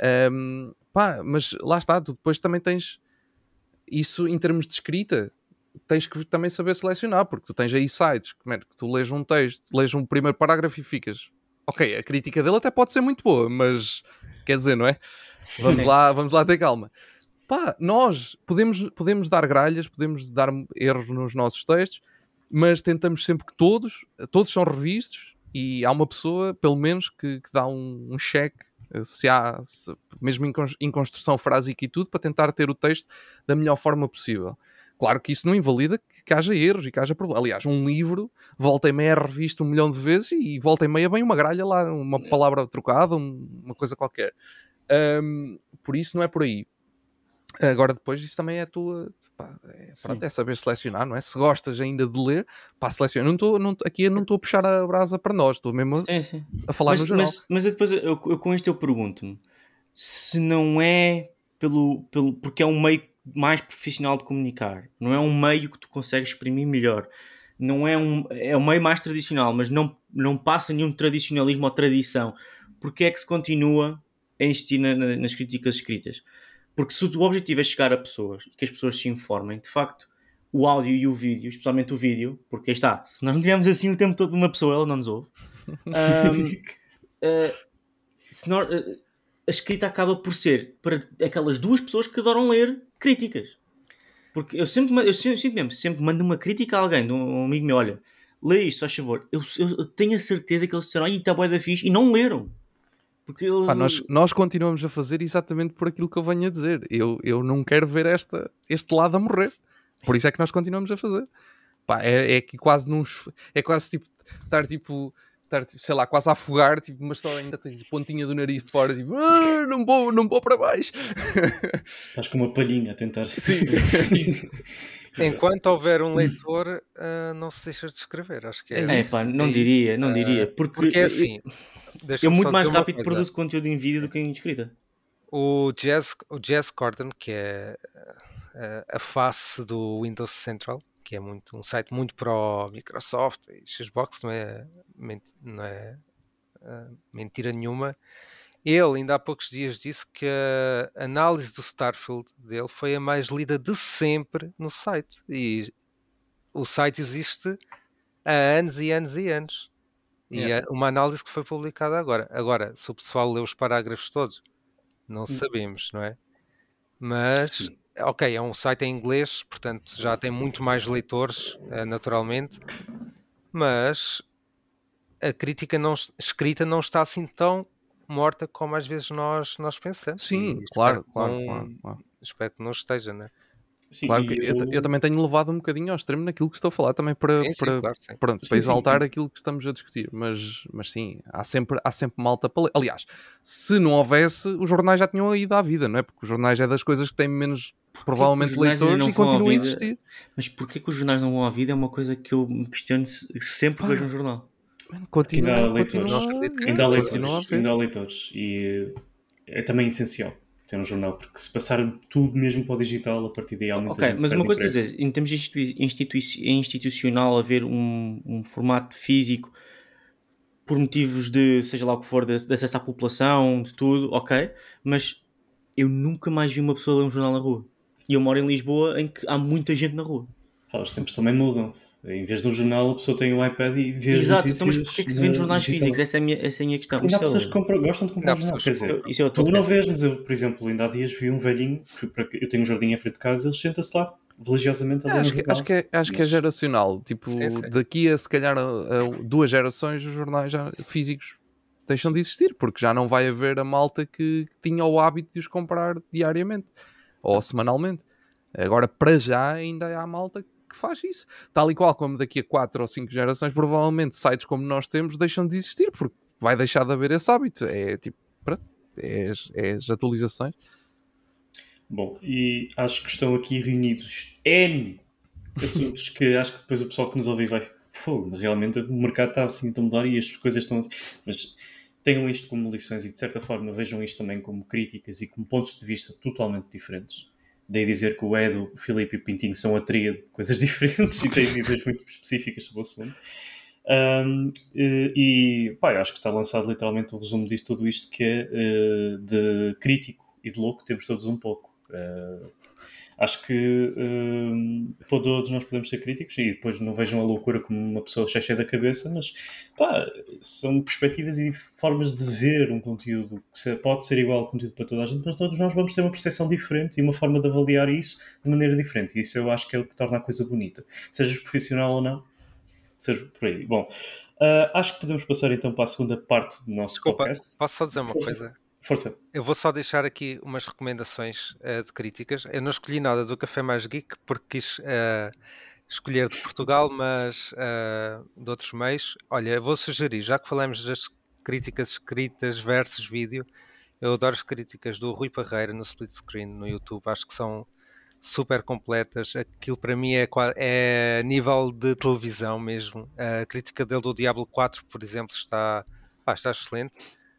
Mas lá está, tu depois também tens isso em termos de escrita, tens que também saber selecionar, porque tu tens aí sites que tu lês um texto, lês um primeiro parágrafo e ficas, ok, a crítica dele até pode ser muito boa, mas quer dizer, não é? Vamos lá ter calma. Pá, nós podemos dar gralhas, podemos dar erros nos nossos textos, mas tentamos sempre que todos são revistos e há uma pessoa, pelo menos, que dá um cheque, mesmo em construção frásica e tudo, para tentar ter o texto da melhor forma possível. Claro que isso não invalida que haja erros e que haja problemas. Aliás, um livro, volta e meia é revisto 1 milhão de vezes e volta e meia vem uma gralha lá, uma palavra trocada, uma coisa qualquer. Por isso não é por aí. Agora depois isso também é a tua... é saber selecionar, não é? Se gostas ainda de ler, seleciona. Aqui eu não estou a puxar a brasa para nós, estou mesmo a falar no geral. Mas depois eu com isto eu pergunto-me se não é porque é um meio mais profissional de comunicar, não é um meio que tu consegues exprimir melhor, não é um meio mais tradicional, mas não passa nenhum tradicionalismo ou tradição. Porque é que se continua a insistir nas críticas escritas? Porque se o objetivo é chegar a pessoas e que as pessoas se informem, de facto, o áudio e o vídeo, especialmente o vídeo, porque aí está, se nós não tivermos assim o tempo todo uma pessoa, ela não nos ouve. A escrita acaba por ser para aquelas 2 pessoas que adoram ler críticas. Porque eu sinto mesmo, sempre mando uma crítica a alguém, um amigo meu, olha, lê isto, só favor. Eu tenho a certeza que eles disseram, está bué da fixe, e não leram. Porque nós continuamos a fazer exatamente por aquilo que eu venho a dizer. Eu não quero ver este lado a morrer. Por isso é que nós continuamos a fazer. Pá, é que quase não. É quase tipo. Estar tipo, sei lá, quase a afogar, tipo, mas só ainda tens pontinha do nariz de fora, tipo, não vou para baixo. Estás com uma palhinha a tentar. Sim, isso. Enquanto houver um leitor, não se deixa de escrever. Acho que é. isso. Pá, não é diria, não diria. Porque Porque é assim, eu deixa-me muito só mais dizer uma rápido coisa. produzo conteúdo em vídeo do que em escrita. O Jazz Corden, que é a face do Windows Central, que é um site muito pro Microsoft e Xbox, não é mentira nenhuma. Ele ainda há poucos dias disse que a análise do Starfield dele foi a mais lida de sempre no site. E o site existe há anos e anos e anos. E Yeah. é uma análise que foi publicada agora. Agora, se o pessoal lê os parágrafos todos, não sabemos, não é? Mas, Sim. ok, é um site em inglês, portanto já tem muito mais leitores, naturalmente, mas a crítica escrita não está assim tão morta como às vezes nós pensamos. Sim, E claro. espero que não esteja, né? Sim, Claro que eu também tenho levado um bocadinho ao extremo naquilo que estou a falar também para, Sim, claro, sim. pronto, Sim, para exaltar sim. aquilo que estamos a discutir, mas sim, há sempre malta para ler. Aliás, se não houvesse, os jornais já tinham ido à vida, não é? Porque os jornais é das coisas que têm menos Porquê que os provavelmente jornais ainda leitores não e vão à continuam a vida? existir. Mas porquê que os jornais não vão à vida é uma coisa que eu me questiono sempre que Pá, vejo um jornal. Porque ainda há Continua, leitores. Não acredito que Ainda há continua a leitores. haver. Ainda há leitores. E é também essencial ter um jornal, porque se passar tudo mesmo para o digital, a partir daí há muita Ok, gente que mas perde uma coisa quer emprego. dizer, em termos institucional, haver um formato físico por motivos de, seja lá o que for, de acesso à população, de tudo, ok, mas eu nunca mais vi uma pessoa ler um jornal na rua. E eu moro em Lisboa em que há muita gente na rua. Pá, os tempos também mudam. Em vez de um jornal, a pessoa tem o iPad e vê as Exato, então mas porquê notícias que se vende jornais digital. físicos? Essa é a minha questão. Ainda há Isso pessoas que gostam de comprar Ainda há um jornal. pessoas Quer que dizer, isso é outro tu não podcast. vês, mas eu, por exemplo, ainda há dias vi um velhinho, eu tenho um jardim à frente de casa, ele senta-se lá religiosamente a ler um jornal. Acho que é Mas- geracional. Tipo, sim. daqui a se calhar a 2 gerações, os jornais físicos deixam de existir, porque já não vai haver a malta que tinha o hábito de os comprar diariamente ou semanalmente. Agora, para já, ainda há malta que faz isso. Tal e qual como daqui a 4 ou 5 gerações, provavelmente sites como nós temos deixam de existir, porque vai deixar de haver esse hábito. É tipo, pronto, é as atualizações. Bom, e acho que estão aqui reunidos N assuntos que acho que depois o pessoal que nos ouve vai fogo, realmente o mercado está assim a mudar e as coisas estão assim. Mas tenham isto como lições e de certa forma vejam isto também como críticas e como pontos de vista totalmente diferentes. Daí dizer que o Edo, o Filipe e o Pintinho são a tríade de coisas diferentes e têm visões muito específicas sobre o assunto. Pá, eu acho que está lançado literalmente o resumo disto, tudo isto que é de crítico e de louco temos todos um pouco. Acho que todos nós podemos ser críticos e depois não vejam a loucura como uma pessoa cheia da cabeça, mas pá, são perspectivas e formas de ver um conteúdo que pode ser igual ao conteúdo para toda a gente, mas todos nós vamos ter uma percepção diferente e uma forma de avaliar isso de maneira diferente. E isso eu acho que é o que torna a coisa bonita. Sejas profissional ou não, seja por aí. Bom, acho que podemos passar então para a segunda parte do nosso Desculpa, podcast. posso só dizer uma Força. coisa? Força. Eu vou só deixar aqui umas recomendações de críticas. Eu não escolhi nada do Café Mais Geek porque quis escolher de Portugal, mas de outros meios. Olha, eu vou sugerir, já que falamos das críticas escritas versus vídeo, eu adoro as críticas do Rui Parreira no Split Screen no YouTube. Acho que são super completas. Aquilo para mim é nível de televisão mesmo. A crítica dele do Diablo 4, por exemplo, está excelente.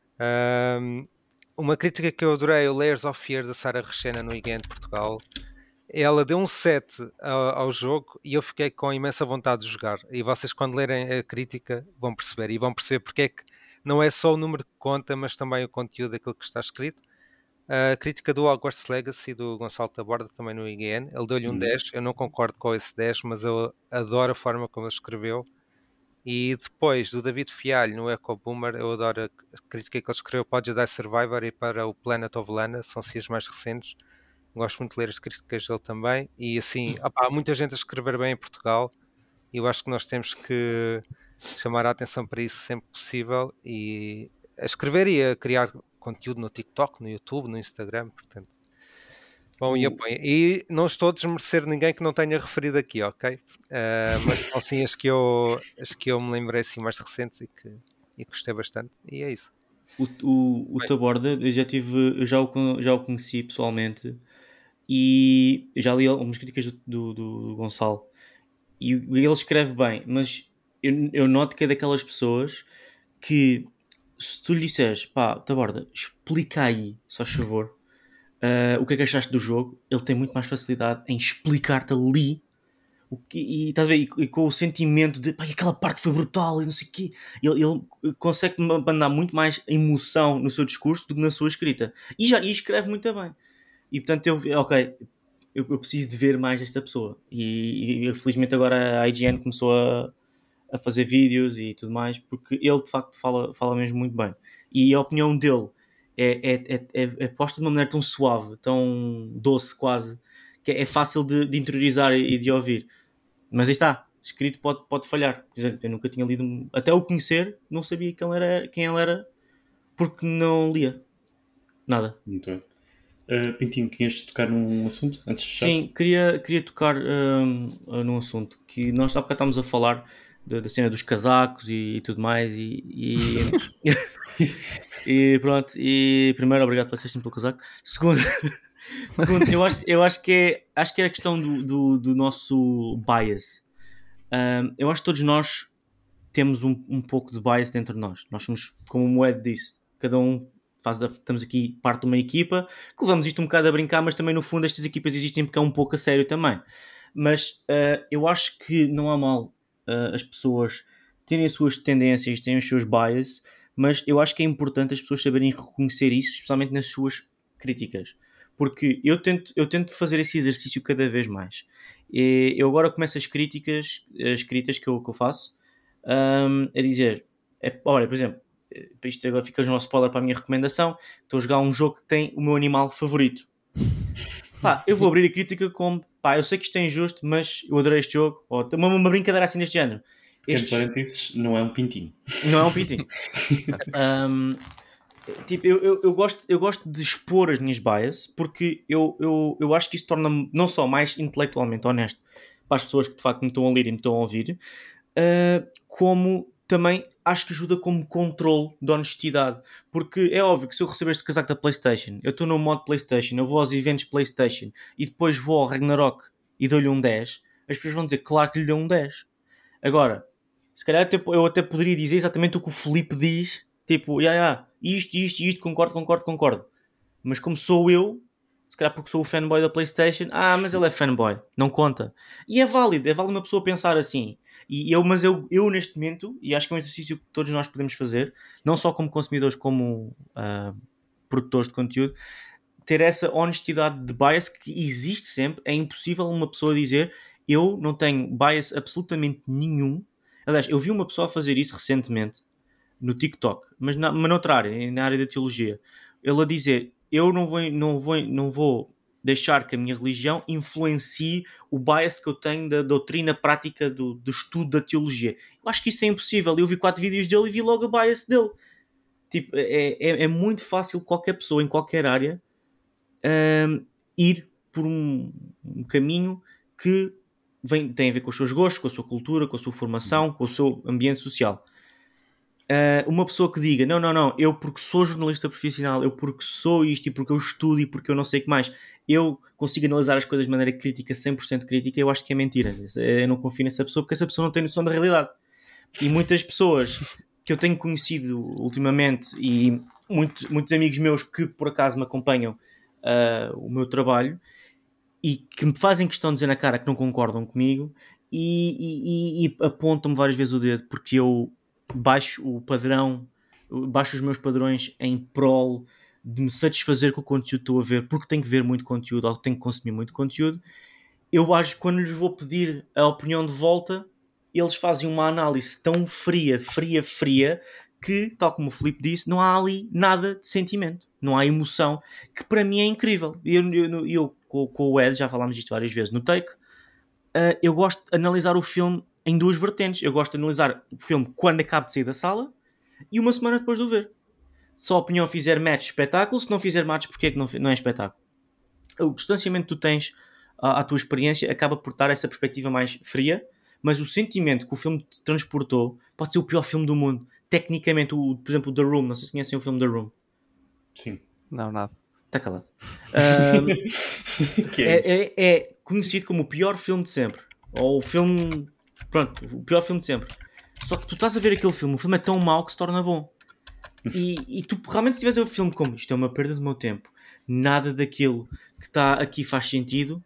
Uma crítica que eu adorei, o Layers of Fear da Sarah Rechena no IGN de Portugal. Ela deu um 7 ao jogo e eu fiquei com imensa vontade de jogar. E vocês, quando lerem a crítica, vão perceber. E vão perceber porque é que não é só o número que conta, mas também o conteúdo daquilo que está escrito. A crítica do Hogwarts Legacy do Gonçalo Taborda, também no IGN. Ele deu-lhe um 10. Eu não concordo com esse 10, mas eu adoro a forma como ele escreveu. E depois do David Fialho no Echo Boomer, eu adoro a crítica que ele escreveu para o Jedi Survivor e para o Planet of Lana, são as mais recentes. Gosto muito de ler as críticas dele também. E assim, há muita gente a escrever bem em Portugal e eu acho que nós temos que chamar a atenção para isso sempre possível e a escrever e a criar conteúdo no TikTok, no YouTube, no Instagram, portanto. Bom, e apoio. E não estou a desmerecer ninguém que não tenha referido aqui, ok? Mas são sim as que eu me lembrei assim mais recentes e gostei bastante. E é isso. O Bem. Taborda, já o conheci pessoalmente e eu já li algumas críticas do Gonçalo e ele escreve bem, mas eu noto que é daquelas pessoas que se tu lhe disseres, pá, Taborda, explica aí, só favor, o que é que achaste do jogo, ele tem muito mais facilidade em explicar-te ali e estás a ver, e com o sentimento de pá, aquela parte foi brutal e não sei o quê, ele consegue mandar muito mais emoção no seu discurso do que na sua escrita e escreve muito bem. E portanto, eu preciso de ver mais esta pessoa. E felizmente agora a IGN começou a fazer vídeos e tudo mais, porque ele de facto fala mesmo muito bem. E a opinião dele é posta de uma maneira tão suave, tão doce quase, que é fácil de interiorizar e de ouvir. Mas aí está, escrito pode falhar. Por exemplo, eu nunca tinha lido, até o conhecer, não sabia quem ele era, porque não lia nada. Muito bem. Pintinho, querias tocar num assunto antes de fechar? Sim, queria tocar num assunto que nós há bocado estávamos a falar da cena dos casacos e tudo mais e pronto, e primeiro obrigado pela assistência pelo casaco. Segundo eu acho que é a questão do nosso bias. Eu acho que todos nós temos um pouco de bias dentro de nós. Nós somos, como o Moed disse, cada um estamos aqui parte de uma equipa, que levamos isto um bocado a brincar, mas também no fundo estas equipas existem porque é um pouco a sério também. Mas eu acho que não há mal as pessoas terem as suas tendências, terem os seus bias, mas eu acho que é importante as pessoas saberem reconhecer isso, especialmente nas suas críticas. Porque eu tento fazer esse exercício cada vez mais. Eu agora começo as escritas que eu faço, a dizer, olha, por exemplo, isto agora fica um spoiler para a minha recomendação, estou a jogar um jogo que tem o meu animal favorito. Pá, eu vou abrir a crítica como, pá, eu sei que isto é injusto, mas eu adorei este jogo, ou uma brincadeira assim deste género. Entre parênteses, não é um pintinho. Não é um pintinho. Tipo, eu gosto de expor as minhas bias, porque eu acho que isso torna-me não só mais intelectualmente honesto para as pessoas que de facto me estão a ler e me estão a ouvir, como também acho que ajuda como controle de honestidade, porque é óbvio que se eu receber este casaco da PlayStation, eu estou no modo PlayStation, eu vou aos eventos PlayStation e depois vou ao Ragnarok e dou-lhe um 10, as pessoas vão dizer claro que lhe deu um 10. Agora, se calhar eu até poderia dizer exatamente o que o Filipe diz, tipo, isto, concordo, mas como sou eu, se calhar porque sou o fanboy da PlayStation, mas ele é fanboy, não conta. E é válido uma pessoa pensar assim. Mas eu neste momento, e acho que é um exercício que todos nós podemos fazer, não só como consumidores, como produtores de conteúdo, ter essa honestidade de bias que existe sempre. É impossível uma pessoa dizer eu não tenho bias absolutamente nenhum. Aliás, eu vi uma pessoa fazer isso recentemente no TikTok, mas noutra área, na área da teologia. Ele a dizer, eu não vou deixar que a minha religião influencie o bias que eu tenho da doutrina prática do estudo da teologia. Eu acho que isso é impossível. Eu vi 4 vídeos dele e vi logo o bias dele. Tipo, é muito fácil qualquer pessoa em qualquer área ir por um caminho que tem a ver com os seus gostos, com a sua cultura, com a sua formação, com o seu ambiente social. Uma pessoa que diga, não, eu porque sou jornalista profissional, eu porque sou isto e porque eu estudo e porque eu não sei o que mais, eu consigo analisar as coisas de maneira crítica, 100% crítica, eu acho que é mentira. Eu não confio nessa pessoa porque essa pessoa não tem noção da realidade. E muitas pessoas que eu tenho conhecido ultimamente e muitos amigos meus que por acaso me acompanham o meu trabalho e que me fazem questão de dizer na cara que não concordam comigo e apontam-me várias vezes o dedo porque eu baixo os meus padrões em prol de me satisfazer com o conteúdo que estou a ver, porque tenho que ver muito conteúdo ou tenho que consumir muito conteúdo. Eu acho que quando lhes vou pedir a opinião de volta, eles fazem uma análise tão fria, que, tal como o Filipe disse, não há ali nada de sentimento, não há emoção, que para mim é incrível. Eu com o Ed, já falámos disto várias vezes no Take, eu gosto de analisar o filme em 2 vertentes. Eu gosto de analisar o filme quando acabo de sair da sala e uma semana depois de o ver. Se a opinião fizer match, espetáculo. Se não fizer match, porque é que não é espetáculo? o distanciamento que tu tens à tua experiência acaba por dar essa perspectiva mais fria, mas o sentimento que o filme te transportou pode ser o pior filme do mundo. Tecnicamente, por exemplo, The Room, não sei se conhecem o filme The Room. Sim. Não, nada. Está calado. Que é isto? É conhecido como o pior filme de sempre. Ou o filme... Pronto, o pior filme de sempre. Só que tu estás a ver aquele filme, o filme é tão mau que se torna bom. E tu realmente, se estiveres a ver o filme como isto é uma perda do meu tempo, nada daquilo que está aqui faz sentido,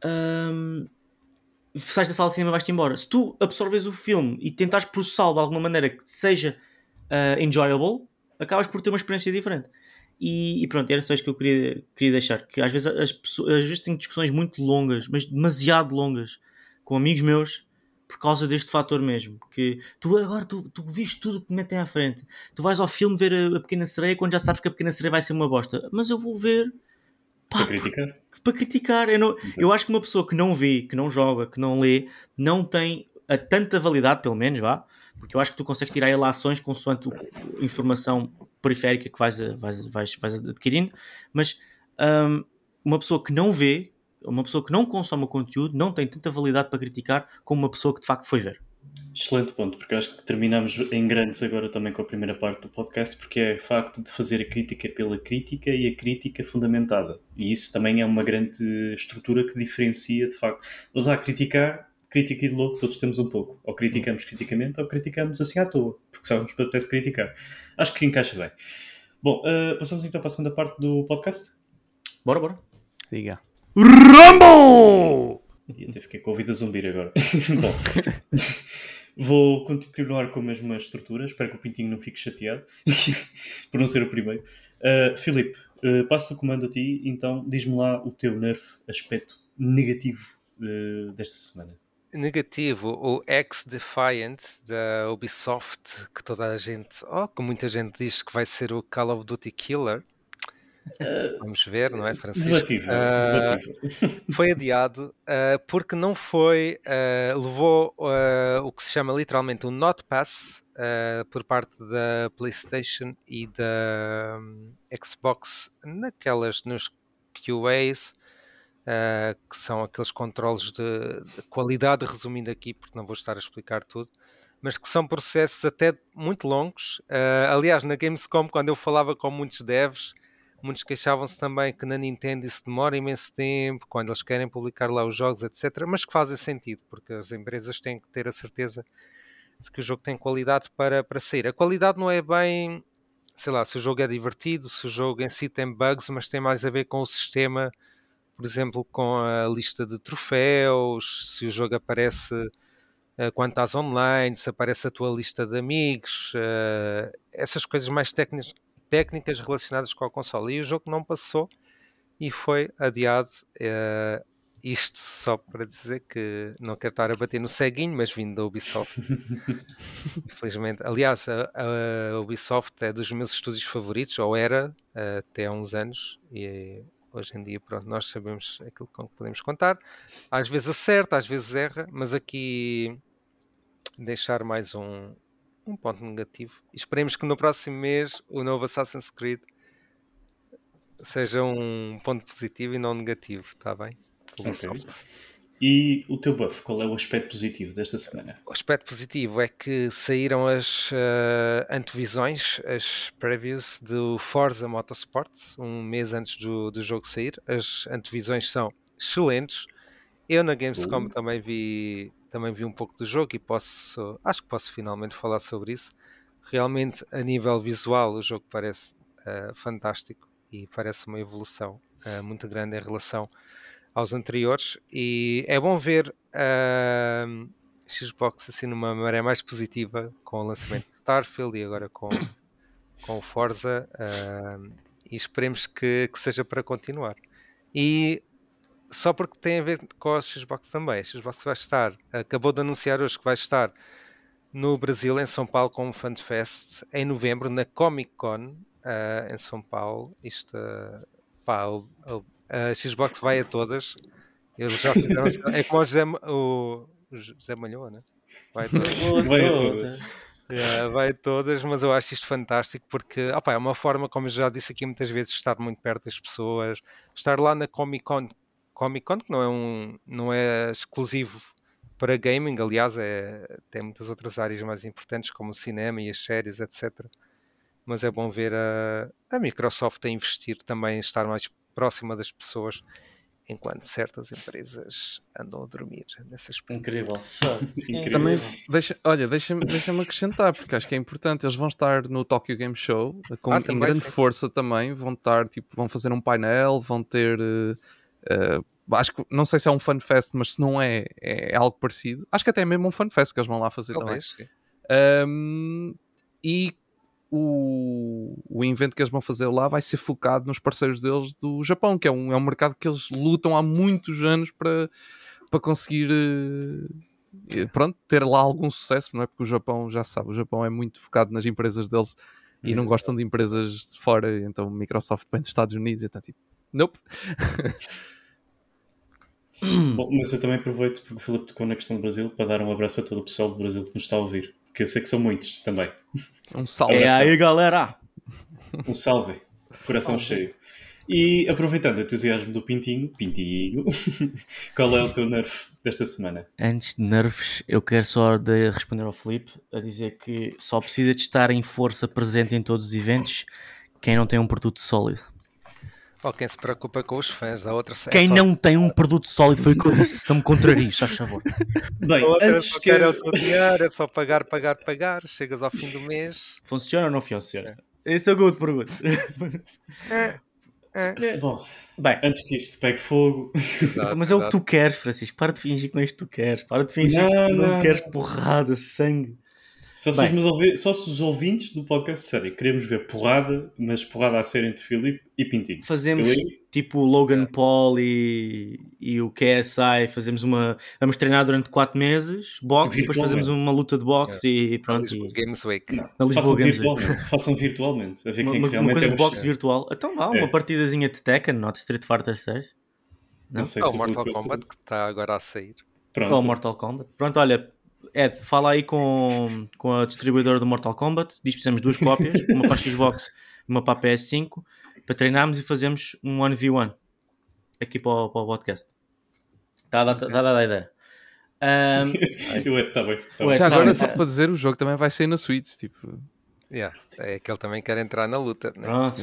sais da sala de cinema e vais-te embora. Se tu absorves o filme e tentares processá-lo de alguma maneira que seja enjoyable, acabas por ter uma experiência diferente. E pronto, era só isto que eu queria deixar. Que às vezes às vezes tenho discussões muito longas, mas demasiado longas, com amigos meus, por causa deste fator mesmo. Que tu viste tudo o que te metem à frente. Tu vais ao filme ver a Pequena Sereia quando já sabes que a Pequena Sereia vai ser uma bosta. Mas eu vou ver Para criticar? para criticar. Eu acho que uma pessoa que não vê, que não joga, que não lê, não tem a tanta validade, pelo menos, vá, porque eu acho que tu consegues tirar relações consoante a informação periférica que vais adquirindo, mas uma pessoa que não vê, uma pessoa que não consome o conteúdo, não tem tanta validade para criticar como uma pessoa que de facto foi ver. Excelente ponto, porque eu acho que terminamos em grandes agora também com a primeira parte do podcast, porque é o facto de fazer a crítica pela crítica e a crítica fundamentada. E isso também é uma grande estrutura que diferencia, de facto. Nós a criticar, crítica e de louco, todos temos um pouco. Ou criticamos criticamente, ou criticamos assim à toa, porque sabemos que apetece criticar. Acho que encaixa bem. Bom, passamos então para a segunda parte do podcast. Bora. Siga. Rumble! E até fiquei com a vida a zumbir agora. Bom, vou continuar com a mesma estrutura. Espero que o Pintinho não fique chateado por não ser o primeiro. Filipe, passo o comando a ti. Então, diz-me lá o teu nerf aspecto negativo desta semana. Negativo, o X-Defiant da Ubisoft, que toda a gente, que muita gente diz que vai ser o Call of Duty Killer. Vamos ver, não é, Francisco? Debatível. Foi adiado porque não foi, levou o que se chama literalmente um Not Pass por parte da PlayStation e da Xbox nos QAs, que são aqueles controles de qualidade, resumindo aqui, porque não vou estar a explicar tudo, mas que são processos até muito longos. Aliás, na Gamescom, quando eu falava com muitos devs, muitos queixavam-se também que na Nintendo isso demora imenso tempo, quando eles querem publicar lá os jogos, etc. Mas que fazem sentido, porque as empresas têm que ter a certeza de que o jogo tem qualidade para sair. A qualidade não é bem, sei lá, se o jogo é divertido, se o jogo em si tem bugs, mas tem mais a ver com o sistema, por exemplo, com a lista de troféus, se o jogo aparece quando estás online, se aparece a tua lista de amigos, essas coisas mais técnicas relacionadas com a console. E o jogo não passou e foi adiado. Isto só para dizer que não quero estar a bater no ceguinho, mas vindo da Ubisoft. Infelizmente. Aliás, a Ubisoft é dos meus estúdios favoritos, ou era até há uns anos, e hoje em dia, pronto, nós sabemos aquilo com que podemos contar. Às vezes acerta, às vezes erra, mas aqui deixar mais um ponto negativo. Esperemos que no próximo mês o novo Assassin's Creed seja um ponto positivo e não negativo, está bem? Ok. E o teu buff, qual é o aspecto positivo desta semana? O aspecto positivo é que saíram as antevisões, as previews do Forza Motorsport, um mês antes do jogo sair. As antevisões são excelentes. Eu na Gamescom também vi um pouco do jogo e acho que posso finalmente falar sobre isso. Realmente, a nível visual, o jogo parece fantástico e parece uma evolução muito grande em relação aos anteriores, e é bom ver Xbox assim numa maré mais positiva com o lançamento de Starfield e agora com o Forza, e esperemos que seja para continuar. E só porque tem a ver com a Xbox também, a Xbox vai estar, acabou de anunciar hoje que vai estar no Brasil, em São Paulo, com o FanFest em novembro, na Comic Con em São Paulo. Isto, a Xbox vai a todas. Eles já fizeram. É como o José Malhoa, né? Vai a todas. Vai a todas. Vai todas, mas eu acho isto fantástico porque é uma forma, como eu já disse aqui muitas vezes, de estar muito perto das pessoas, estar lá na Comic Con, que não é exclusivo para gaming, aliás, tem muitas outras áreas mais importantes como o cinema e as séries, etc. Mas é bom ver a Microsoft a investir também, estar mais próxima das pessoas, enquanto certas empresas andam a dormir nesse aspecto. Incrível. Incrível. Também, deixa-me acrescentar, porque acho que é importante. Eles vão estar no Tokyo Game Show em também, grande sim. força também. Vão estar, vão fazer um painel, vão ter. Acho que não sei se é um FanFest, mas se não é algo parecido. Acho que até é mesmo um FanFest que eles vão lá fazer Talvez, sim. também. E o evento que eles vão fazer lá vai ser focado nos parceiros deles do Japão, que é um mercado que eles lutam há muitos anos para conseguir pronto, ter lá algum sucesso, não é? Porque o Japão, já se sabe, o Japão é muito focado nas empresas deles e não gostam de empresas de fora, então Microsoft vem dos Estados Unidos e está tipo, nope. Bom, mas eu também aproveito porque o Filipe tocou na questão do Brasil para dar um abraço a todo o pessoal do Brasil que nos está a ouvir, porque eu sei que são muitos também. Um salve. É aí, galera! Um salve, coração cheio. E aproveitando o entusiasmo do Pintinho, qual é o teu nerf desta semana? Antes de nerfs, eu quero só responder ao Filipe a dizer que só precisa de estar em força presente em todos os eventos quem não tem um produto sólido. Quem se preocupa com os fãs, a outra Quem não tem um produto sólido foi o que eu disse. Não me contraries, faz favor. Bem, A outra antes só que... quer é o teu dinheiro, é só pagar. Chegas ao fim do mês. Funciona ou não funciona? Esse é o que eu te pergunto. Bom, Bem, antes que isto pegue fogo... Exato, mas é o que tu queres, Francisco. Para de fingir que não é isto que tu queres. Para de fingir que não queres porrada, sangue. Só se os ouvintes do podcast sério queremos ver porrada, mas porrada a sério entre Filipe e Pintinho. Fazemos tipo Logan Paul e o KSI. Vamos treinar durante 4 meses, boxe, e depois fazemos uma luta de boxe e pronto. Lisboa Games Week. Na Lisboa Games Week. Façam virtualmente. A ver quem Uma realmente coisa é de boxe virtual. Então vá, uma partidazinha de Tekken, not Street Fighter 6. Não sei se o Mortal Kombat que está agora a sair. Pronto. Ou Mortal Kombat. Pronto, olha, Ed, fala aí com a distribuidora do Mortal Kombat. Diz que precisamos de 2 cópias, uma para a Xbox e uma para a PS5, para treinarmos e fazermos um 1v1 aqui para o podcast. Está a dar a ideia. Está bem. Já agora, só para dizer, o jogo também vai sair na Switch. Tipo... É que ele também quer entrar na luta. Né? Pronto.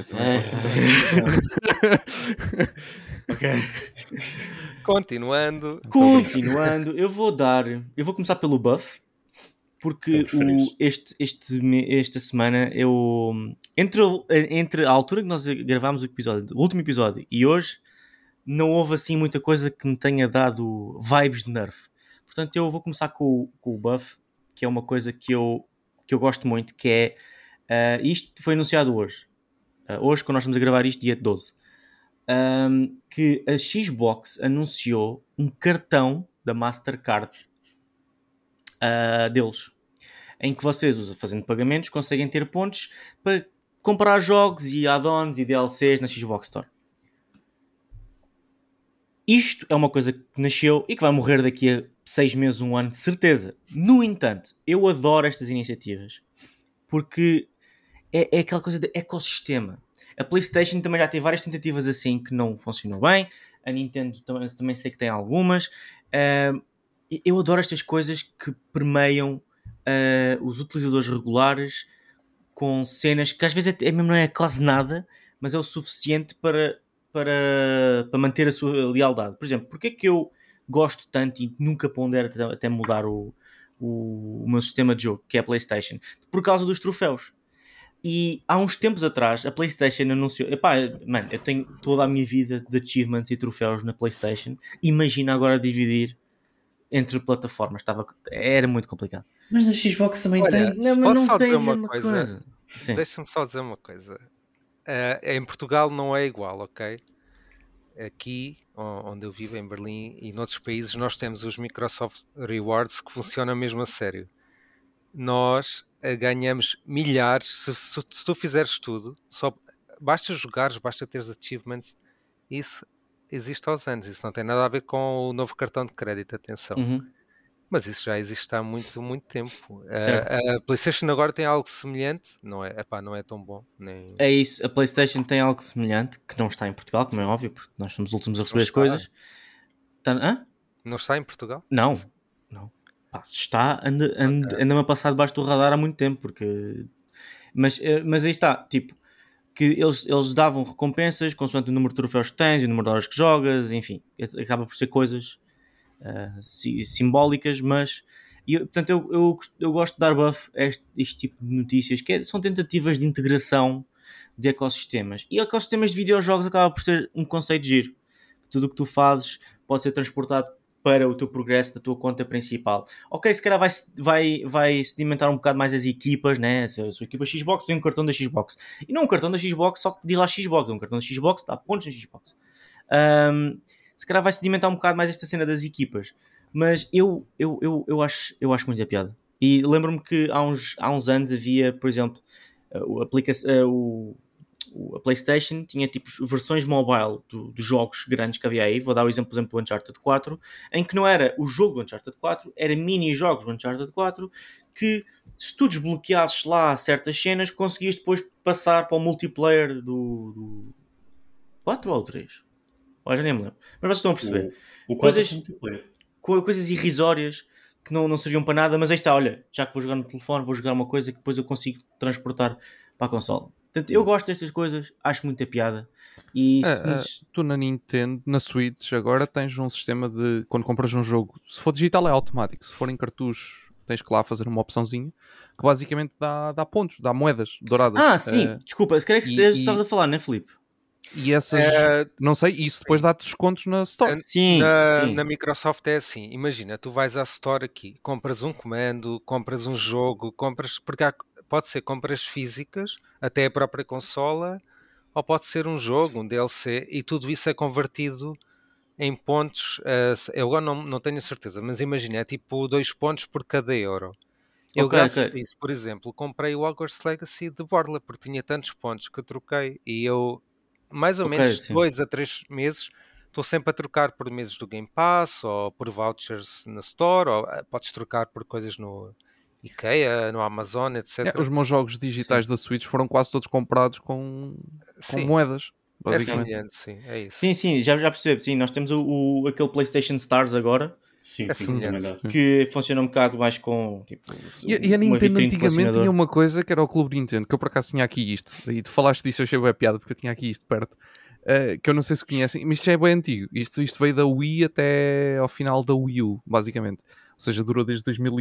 Ok. Continuando, eu vou começar pelo buff, porque esta semana entre a altura que nós gravámos o último episódio e hoje, não houve assim muita coisa que me tenha dado vibes de nerf. Portanto, eu vou começar com o buff, que é uma coisa que eu gosto muito, que é isto foi anunciado hoje. Hoje, quando nós estamos a gravar isto, dia 12. Que a Xbox anunciou um cartão da Mastercard deles, em que vocês, fazendo pagamentos, conseguem ter pontos para comprar jogos e add-ons e DLCs na Xbox Store. Isto é uma coisa que nasceu e que vai morrer daqui a 6 meses, 1 ano, de certeza. No entanto, eu adoro estas iniciativas porque é aquela coisa de ecossistema. A PlayStation também já teve várias tentativas assim que não funcionou bem. A Nintendo também sei que tem algumas. Eu adoro estas coisas que permeiam os utilizadores regulares com cenas que às vezes mesmo não é quase nada, mas é o suficiente para manter a sua lealdade. Por exemplo, porque é que eu gosto tanto e nunca pondero até mudar o meu sistema de jogo, que é a PlayStation? Por causa dos troféus. E há uns tempos atrás a PlayStation anunciou, mano, eu tenho toda a minha vida de achievements e troféus na PlayStation, imagina agora dividir entre plataformas, era muito complicado. Mas na Xbox também tem. Posso só dizer uma coisa? Deixa-me só dizer uma coisa. Em Portugal não é igual, ok? Aqui, onde eu vivo, em Berlim e noutros países, nós temos os Microsoft Rewards que funcionam mesmo a sério. Nós ganhamos milhares, se tu fizeres tudo, só basta jogares, basta teres achievements, isso existe aos anos, isso não tem nada a ver com o novo cartão de crédito, atenção. Mas isso já existe há muito, muito tempo. Certo. A PlayStation agora tem algo semelhante, não é tão bom, nem É isso, a PlayStation tem algo semelhante, que não está em Portugal, como é óbvio, porque nós somos os últimos a não receber as está, coisas. Hã? não está em Portugal. Não, não. Pá, se está, anda-me a passar debaixo do radar há muito tempo, porque... Mas aí está, tipo, que eles davam recompensas consoante o número de troféus que tens e o número de horas que jogas, enfim, acaba por ser coisas simbólicas, mas portanto eu gosto de dar buff a este tipo de notícias, são tentativas de integração de ecossistemas, e ecossistemas de videojogos acaba por ser um conceito giro. Tudo o que tu fazes pode ser transportado para o teu progresso da tua conta principal. Ok, se calhar vai sedimentar um bocado mais as equipas, né? Se a sua equipa Xbox tem um cartão da Xbox, e não um cartão da Xbox só que diz lá Xbox, um cartão da Xbox dá pontos na Xbox. Se calhar vai sedimentar um bocado mais esta cena das equipas, mas eu acho muito a piada. E lembro-me que há uns anos havia, por exemplo, a PlayStation tinha tipo versões mobile dos jogos grandes que havia aí. Vou dar o exemplo do Uncharted 4, em que não era o jogo do Uncharted 4, era mini-jogos do Uncharted 4, que se tu desbloqueasses lá certas cenas, conseguias depois passar para o multiplayer do 4 ou 3. Já nem me lembro. Mas vocês estão a perceber. O 4 Coisas, é multiplayer. coisas irrisórias que não serviam para nada, mas aí está, olha, já que vou jogar no telefone, vou jogar uma coisa que depois eu consigo transportar para a console. Portanto, eu gosto destas coisas, acho muita piada. E Tu na Nintendo, na Switch, agora tens um sistema de quando compras um jogo, se for digital é automático, se for em cartucho tens que lá fazer uma opçãozinha que basicamente dá pontos, dá moedas douradas. sim, desculpa, se calhar que estavas a falar, não é, Filipe? E essas, não sei, isso depois dá-te descontos na Store. Sim, Na Microsoft é assim, imagina, tu vais à Store aqui, compras um comando, compras um jogo, porque pode ser compras físicas, até a própria consola, ou pode ser um jogo, um DLC, e tudo isso é convertido em pontos. Eu agora não tenho a certeza, mas imagina, é tipo 2 pontos por cada euro. Eu, graças a isso, por exemplo, comprei o Hogwarts Legacy de Borla, porque tinha tantos pontos que eu troquei, e eu, mais ou menos sim. 2 a 3 meses, estou sempre a trocar por meses do Game Pass, ou por vouchers na Store, ou podes trocar por coisas no IKEA, no Amazon, etc. Os meus jogos digitais da Switch foram quase todos comprados com moedas. É semelhante, sim, é isso. Sim, já percebi. Sim, nós temos aquele PlayStation Stars agora. Sim, É também dá. Que funciona um bocado mais com tipo, e a Nintendo antigamente tinha uma coisa que era o Clube Nintendo, que eu por acaso tinha aqui isto, e tu falaste disso, eu achei bem piada porque eu tinha aqui isto perto, que eu não sei se conhecem, mas isto já é bem antigo. Isto veio da Wii até ao final da Wii U, basicamente. Ou seja, durou desde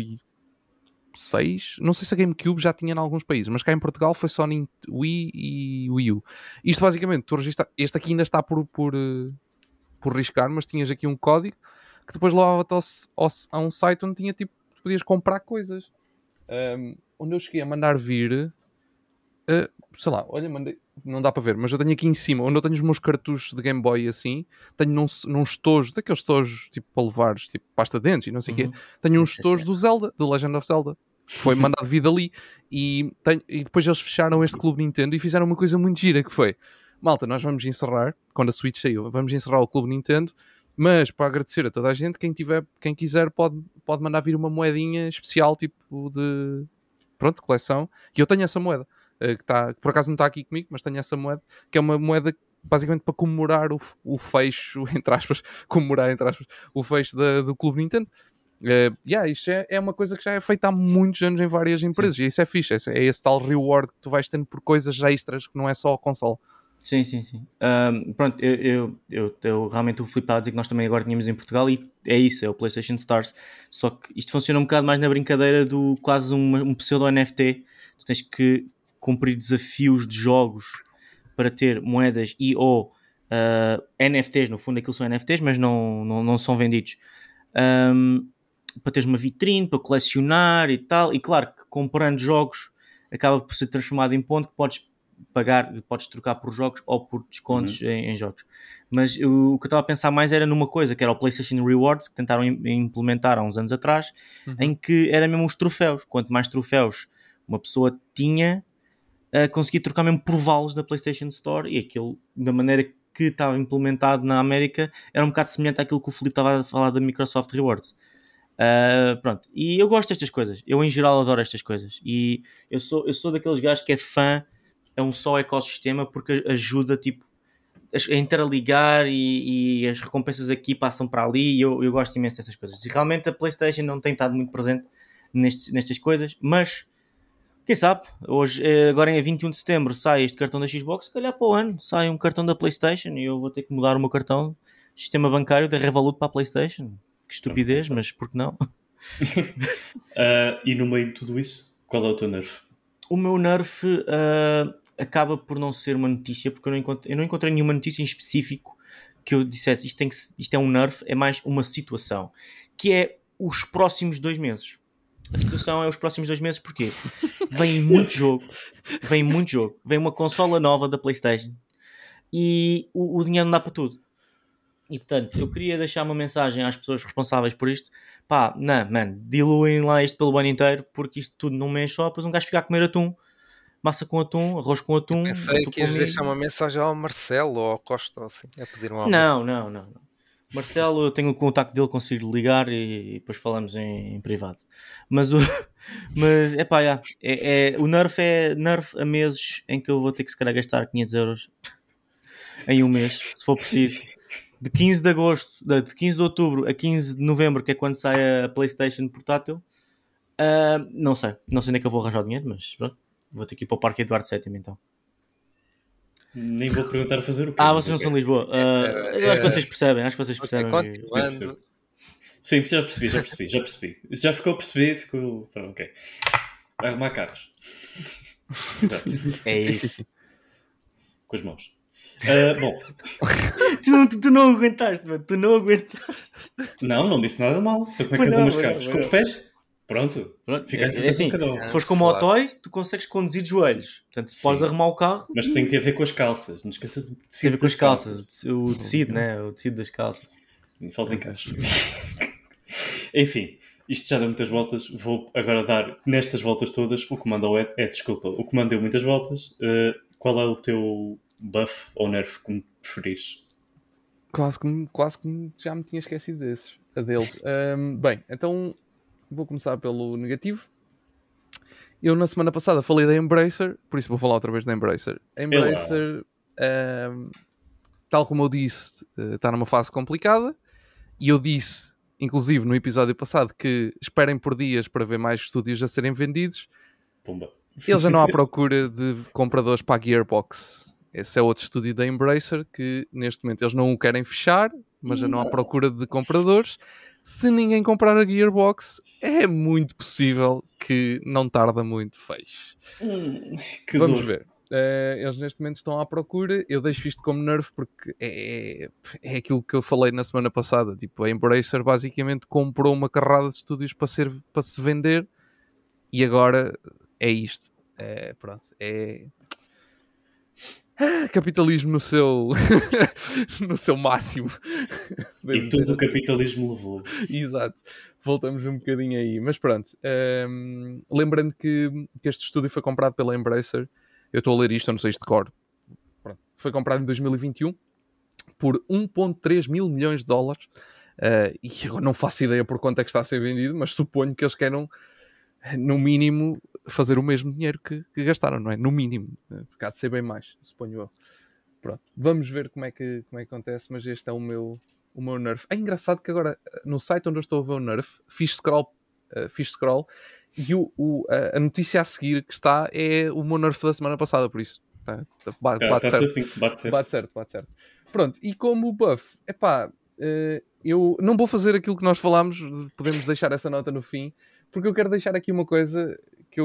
2006. Não sei se a GameCube já tinha em alguns países, mas cá em Portugal foi só Wii e Wii U. Isto basicamente, tu registras, este aqui ainda está por riscar, mas tinhas aqui um código que depois levava-te a um site onde tinha tipo, tu podias comprar coisas. Onde eu cheguei a mandar vir, sei lá, olha, não dá para ver, mas eu tenho aqui em cima, onde eu tenho os meus cartuchos de Game Boy assim, tenho num estojo, daqueles estojos tipo para levares, tipo pasta de dentes e não sei o quê, tenho um estojo do Zelda, do Legend of Zelda. Foi mandado vir dali e depois eles fecharam este Clube Nintendo e fizeram uma coisa muito gira que foi: malta, nós vamos encerrar, quando a Switch saiu, vamos encerrar o Clube Nintendo, mas para agradecer a toda a gente, quem quiser pode mandar vir uma moedinha especial, tipo de coleção, e eu tenho essa moeda, que por acaso não está aqui comigo, mas tenho essa moeda, que é uma moeda basicamente para comemorar o fecho, entre aspas, o fecho do Clube Nintendo. Isto é uma coisa que já é feita há muitos anos em várias empresas. Sim. E isso é fixe, é esse tal reward que tu vais tendo por coisas extras que não é só a console. Sim. Pronto, eu realmente o Filipe estava a dizer que nós também agora tínhamos em Portugal, e é isso, é o PlayStation Stars, só que isto funciona um bocado mais na brincadeira do quase um pseudo NFT. Tu tens que cumprir desafios de jogos para ter moedas ou NFTs, no fundo aquilo são NFTs, mas não são vendidos, para teres uma vitrine, para colecionar e tal, e claro que comprando jogos acaba por ser transformado em ponto que podes pagar, podes trocar por jogos ou por descontos em jogos. Mas o que eu estava a pensar mais era numa coisa que era o PlayStation Rewards, que tentaram implementar há uns anos atrás, em que era mesmo os troféus. Quanto mais troféus uma pessoa tinha, conseguia trocar mesmo por vales da PlayStation Store, e aquilo, da maneira que estava implementado na América, era um bocado semelhante àquilo que o Filipe estava a falar da Microsoft Rewards. Pronto, e eu gosto destas coisas. Eu, em geral, adoro estas coisas. E eu sou daqueles gajos que é fã a um só ecossistema porque ajuda, tipo, a interligar e as recompensas aqui passam para ali. E eu gosto imenso dessas coisas. E realmente a PlayStation não tem estado muito presente nestas coisas, mas quem sabe, hoje, agora em 21 de setembro, sai este cartão da Xbox, se calhar para o ano sai um cartão da PlayStation e eu vou ter que mudar o meu cartão, sistema bancário da Revolut para a PlayStation. Que estupidez, mas por que não? E no meio de tudo isso, qual é o teu nerf? O meu nerf acaba por não ser uma notícia, porque eu não encontrei nenhuma notícia em específico que eu dissesse isto é um nerf, é mais uma situação, que é os próximos 2 meses. A situação é os próximos 2 meses, porque vem muito jogo, vem uma consola nova da PlayStation e o dinheiro não dá para tudo. E portanto, eu queria deixar uma mensagem às pessoas responsáveis por isto. Pá, não, mano, diluem lá isto pelo ano inteiro, porque isto tudo num mês só, depois um gajo fica a comer atum, massa com atum, arroz com atum. Pensei que ias deixar uma mensagem ao Marcelo ou ao Costa, ou assim, a pedir um aumento. Não. Marcelo, eu tenho o contacto dele, consigo ligar e depois falamos em privado. Mas epá, o nerf é nerf a meses em que eu vou ter que se calhar gastar 500 euros em um mês, se for preciso. De 15 de agosto, de 15 de outubro a 15 de novembro, que é quando sai a PlayStation portátil, não sei onde é que eu vou arranjar o dinheiro, mas pronto, vou ter que ir para o Parque Eduardo VII então. Nem vou perguntar a fazer o quê. Vocês não são de Lisboa. Eu acho que vocês percebem, Continuando. Sim, já percebi. Isso já ficou percebido, ficou... Ok. Arrumar carros. Exato. É isso. Com as mãos. Bom. Tu não aguentaste, mano. Tu não aguentaste. Não disse nada mal. Então como é que arrumas carros? Com os pés? Pronto. Fica É assim, cada um. se fores como o Toy, tu consegues conduzir de joelhos. Portanto, se podes arrumar o carro... Mas tem que ter a ver com as calças. Não esqueças de tecido. Tem a ver com as calças. O tecido, né? O tecido das calças. Falas em carros. Enfim, isto já deu muitas voltas. Vou agora dar, nestas voltas todas, o comando desculpa. O comando deu muitas voltas. Qual é o teu buff ou nerf que me preferires? Quase que já me tinha esquecido desses. A dele. Bem, então vou começar pelo negativo. Eu na semana passada falei da Embracer, por isso vou falar outra vez da Embracer. A Embracer, tal como eu disse, está numa fase complicada. E eu disse, inclusive no episódio passado, que esperem por dias para ver mais estúdios a serem vendidos. Pumba. Eles já não há procura de compradores para a Gearbox. Esse é outro estúdio da Embracer que neste momento eles não o querem fechar, mas já não há procura de compradores. Se ninguém comprar a Gearbox, é muito possível que não tarda muito feche. Vamos ver. Eles neste momento estão à procura. Eu deixo isto como nerf porque é aquilo que eu falei na semana passada. Tipo, a Embracer basicamente comprou uma carrada de estúdios para se vender e agora é isto. Pronto, capitalismo no seu no seu máximo. E tudo o capitalismo levou. Exato. Voltamos um bocadinho aí. Mas pronto. Lembrando que este estúdio foi comprado pela Embracer. Eu estou a ler isto, eu não sei isto de cor. Pronto. Foi comprado em 2021 por 1.3 mil milhões de dólares. E eu não faço ideia por quanto é que está a ser vendido, mas suponho que eles queiram, no mínimo, fazer o mesmo dinheiro que gastaram, não é? No mínimo. Porque há de ser bem mais, suponho eu. Pronto. Vamos ver como é que acontece, mas este é o meu nerf. É engraçado que agora, no site onde eu estou a ver o nerf, fiz scroll e a notícia a seguir que está é o meu nerf da semana passada, por isso. Bate certo. Pronto, e como buff, eu não vou fazer aquilo que nós falámos, podemos deixar essa nota no fim, porque eu quero deixar aqui uma coisa que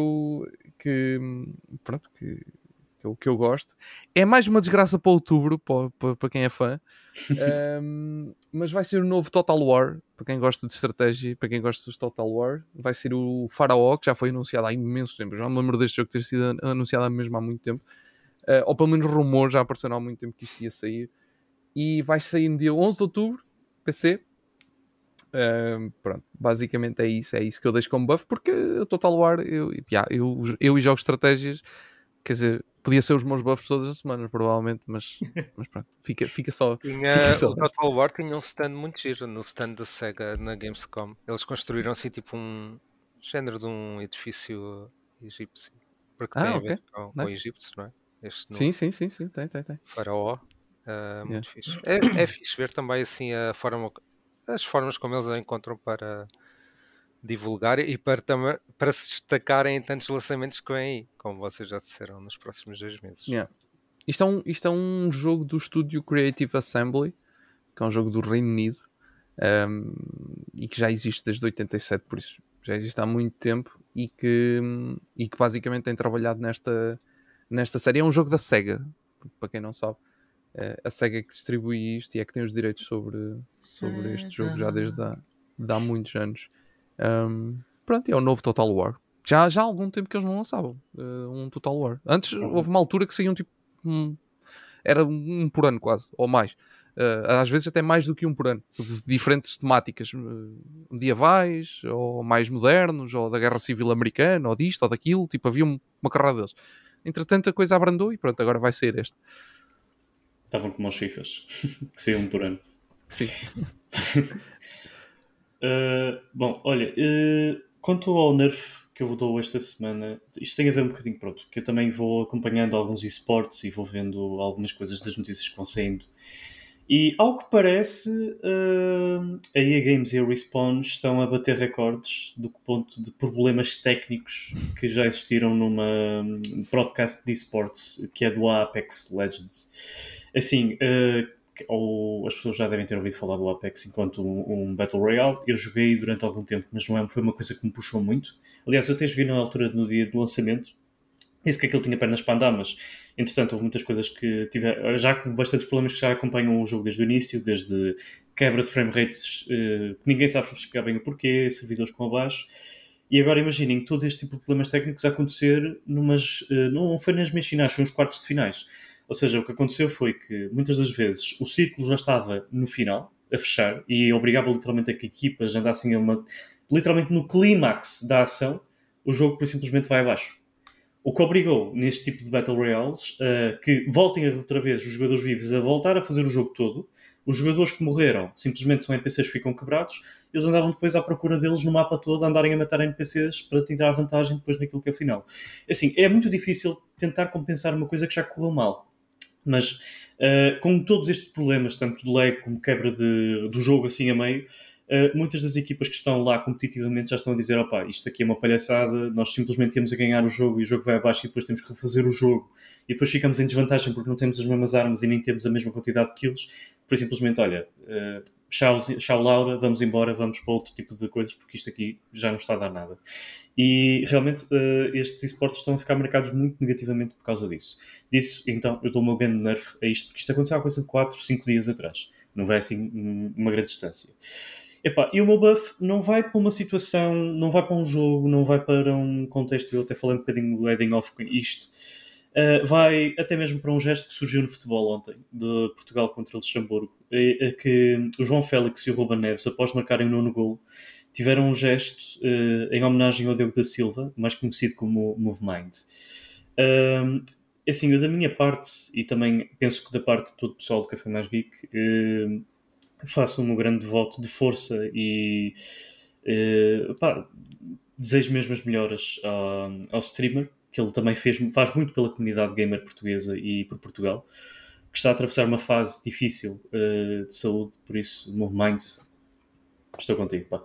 eu gosto. É mais uma desgraça para outubro, para quem é fã. Mas vai ser o novo Total War, para quem gosta de estratégia, para quem gosta dos Total War. Vai ser o Faraó, que já foi anunciado há imenso tempo. Eu já me lembro deste jogo ter sido anunciado mesmo há muito tempo. Ou pelo menos rumor, já apareceu há muito tempo que isso ia sair. E vai sair no dia 11 de outubro, PC. Pronto, basicamente é isso que eu deixo como buff, porque o Total War, eu e jogos de estratégias, quer dizer, Podia ser os meus buffs todas as semanas, provavelmente, mas pronto, fica só. Tinha, Fica só o Total War tinha um stand muito giro no stand da Sega na Gamescom. Eles construíram assim tipo um género de um edifício egípcio, porque tem a ver ok. com Nice. Egito, não é? Este Sim, novo tem. faraó. Yeah. Muito fixe. É fixe ver também assim as formas como eles a encontram para divulgar e para se destacarem em tantos lançamentos que vêm aí, como vocês já disseram, nos próximos 2 meses. Yeah. Isto é um jogo do estúdio Creative Assembly, que é um jogo do Reino Unido, um, e que já existe desde 87, por isso já existe há muito tempo, e que basicamente tem trabalhado nesta série. É um jogo da Sega, para quem não sabe. A Sega é que distribui isto e é que tem os direitos sobre este jogo já desde há muitos anos. Pronto, é o novo Total War. Já há algum tempo que eles não lançavam um Total War. Antes houve uma altura que saíam tipo era um por ano quase, ou mais. Às vezes até mais do que um por ano, de diferentes temáticas medievais, ou mais modernos, ou da Guerra Civil Americana, ou disto, ou daquilo, tipo havia uma carrada deles. Entretanto a coisa abrandou e pronto, agora vai ser este. Estavam como aos FIFAs, que saíam por ano. Sim. Bom, olha, quanto ao nerf que eu dou esta semana, isto tem a ver um bocadinho, pronto, que eu também vou acompanhando alguns esportes e vou vendo algumas coisas das notícias que vão saindo. E, ao que parece, a EA Games e a Respawn estão a bater recordes do ponto de problemas técnicos que já existiram numa broadcast de esportes, que é do Apex Legends. Assim, ou as pessoas já devem ter ouvido falar do Apex enquanto um Battle Royale. Eu joguei durante algum tempo, mas não foi uma coisa que me puxou muito. Aliás, eu até joguei na altura, no dia do lançamento. Disse que aquilo tinha pernas para andar, mas entretanto houve muitas coisas que já com bastantes problemas que já acompanham o jogo desde o início, desde quebra de frame rates, que ninguém sabe explicar bem o porquê, servidores com abaixo. E agora imaginem todo este tipo de problemas técnicos a acontecer não foi nas meias finais, foi nos quartos de finais. Ou seja, o que aconteceu foi que muitas das vezes o círculo já estava no final, a fechar, e obrigava literalmente a que equipas andassem literalmente no clímax da ação, o jogo por simplesmente vai abaixo. O que obrigou, neste tipo de Battle Royales, que voltem outra vez os jogadores vivos a voltar a fazer o jogo todo. Os jogadores que morreram simplesmente são NPCs que ficam quebrados. Eles andavam depois à procura deles no mapa todo, a andarem a matar NPCs para tirar vantagem depois naquilo que é o final. Assim, é muito difícil tentar compensar uma coisa que já correu mal. Mas, com todos estes problemas, tanto de lag como quebra do jogo assim a meio, muitas das equipas que estão lá competitivamente já estão a dizer: opá, isto aqui é uma palhaçada, nós simplesmente temos a ganhar o jogo e o jogo vai abaixo e depois temos que refazer o jogo e depois ficamos em desvantagem porque não temos as mesmas armas e nem temos a mesma quantidade de kills. Por simplesmente, olha, tchau Laura, vamos embora, vamos para outro tipo de coisas porque isto aqui já não está a dar nada. E realmente estes esportes estão a ficar marcados muito negativamente por causa disso. Então eu dou o meu grande nerf a isto, porque isto aconteceu há coisa de 4, 5 dias atrás. Não vai assim uma grande distância. E o meu buff não vai para uma situação, não vai para um jogo, não vai para um contexto. Eu até falei um bocadinho do heading off com isto. Vai até mesmo para um gesto que surgiu no futebol ontem, de Portugal contra Luxemburgo, que o João Félix e o Ruben Neves, após marcarem o 9º golo, tiveram um gesto em homenagem ao Diogo da Silva, mais conhecido como MoveMind. Assim, eu da minha parte, e também penso que da parte de todo o pessoal do Café Mais Geek, faço um grande voto de força e desejo mesmo as melhoras ao streamer, que ele também faz muito pela comunidade gamer portuguesa e por Portugal, que está a atravessar uma fase difícil de saúde, por isso, MoveMind, estou contigo, pá.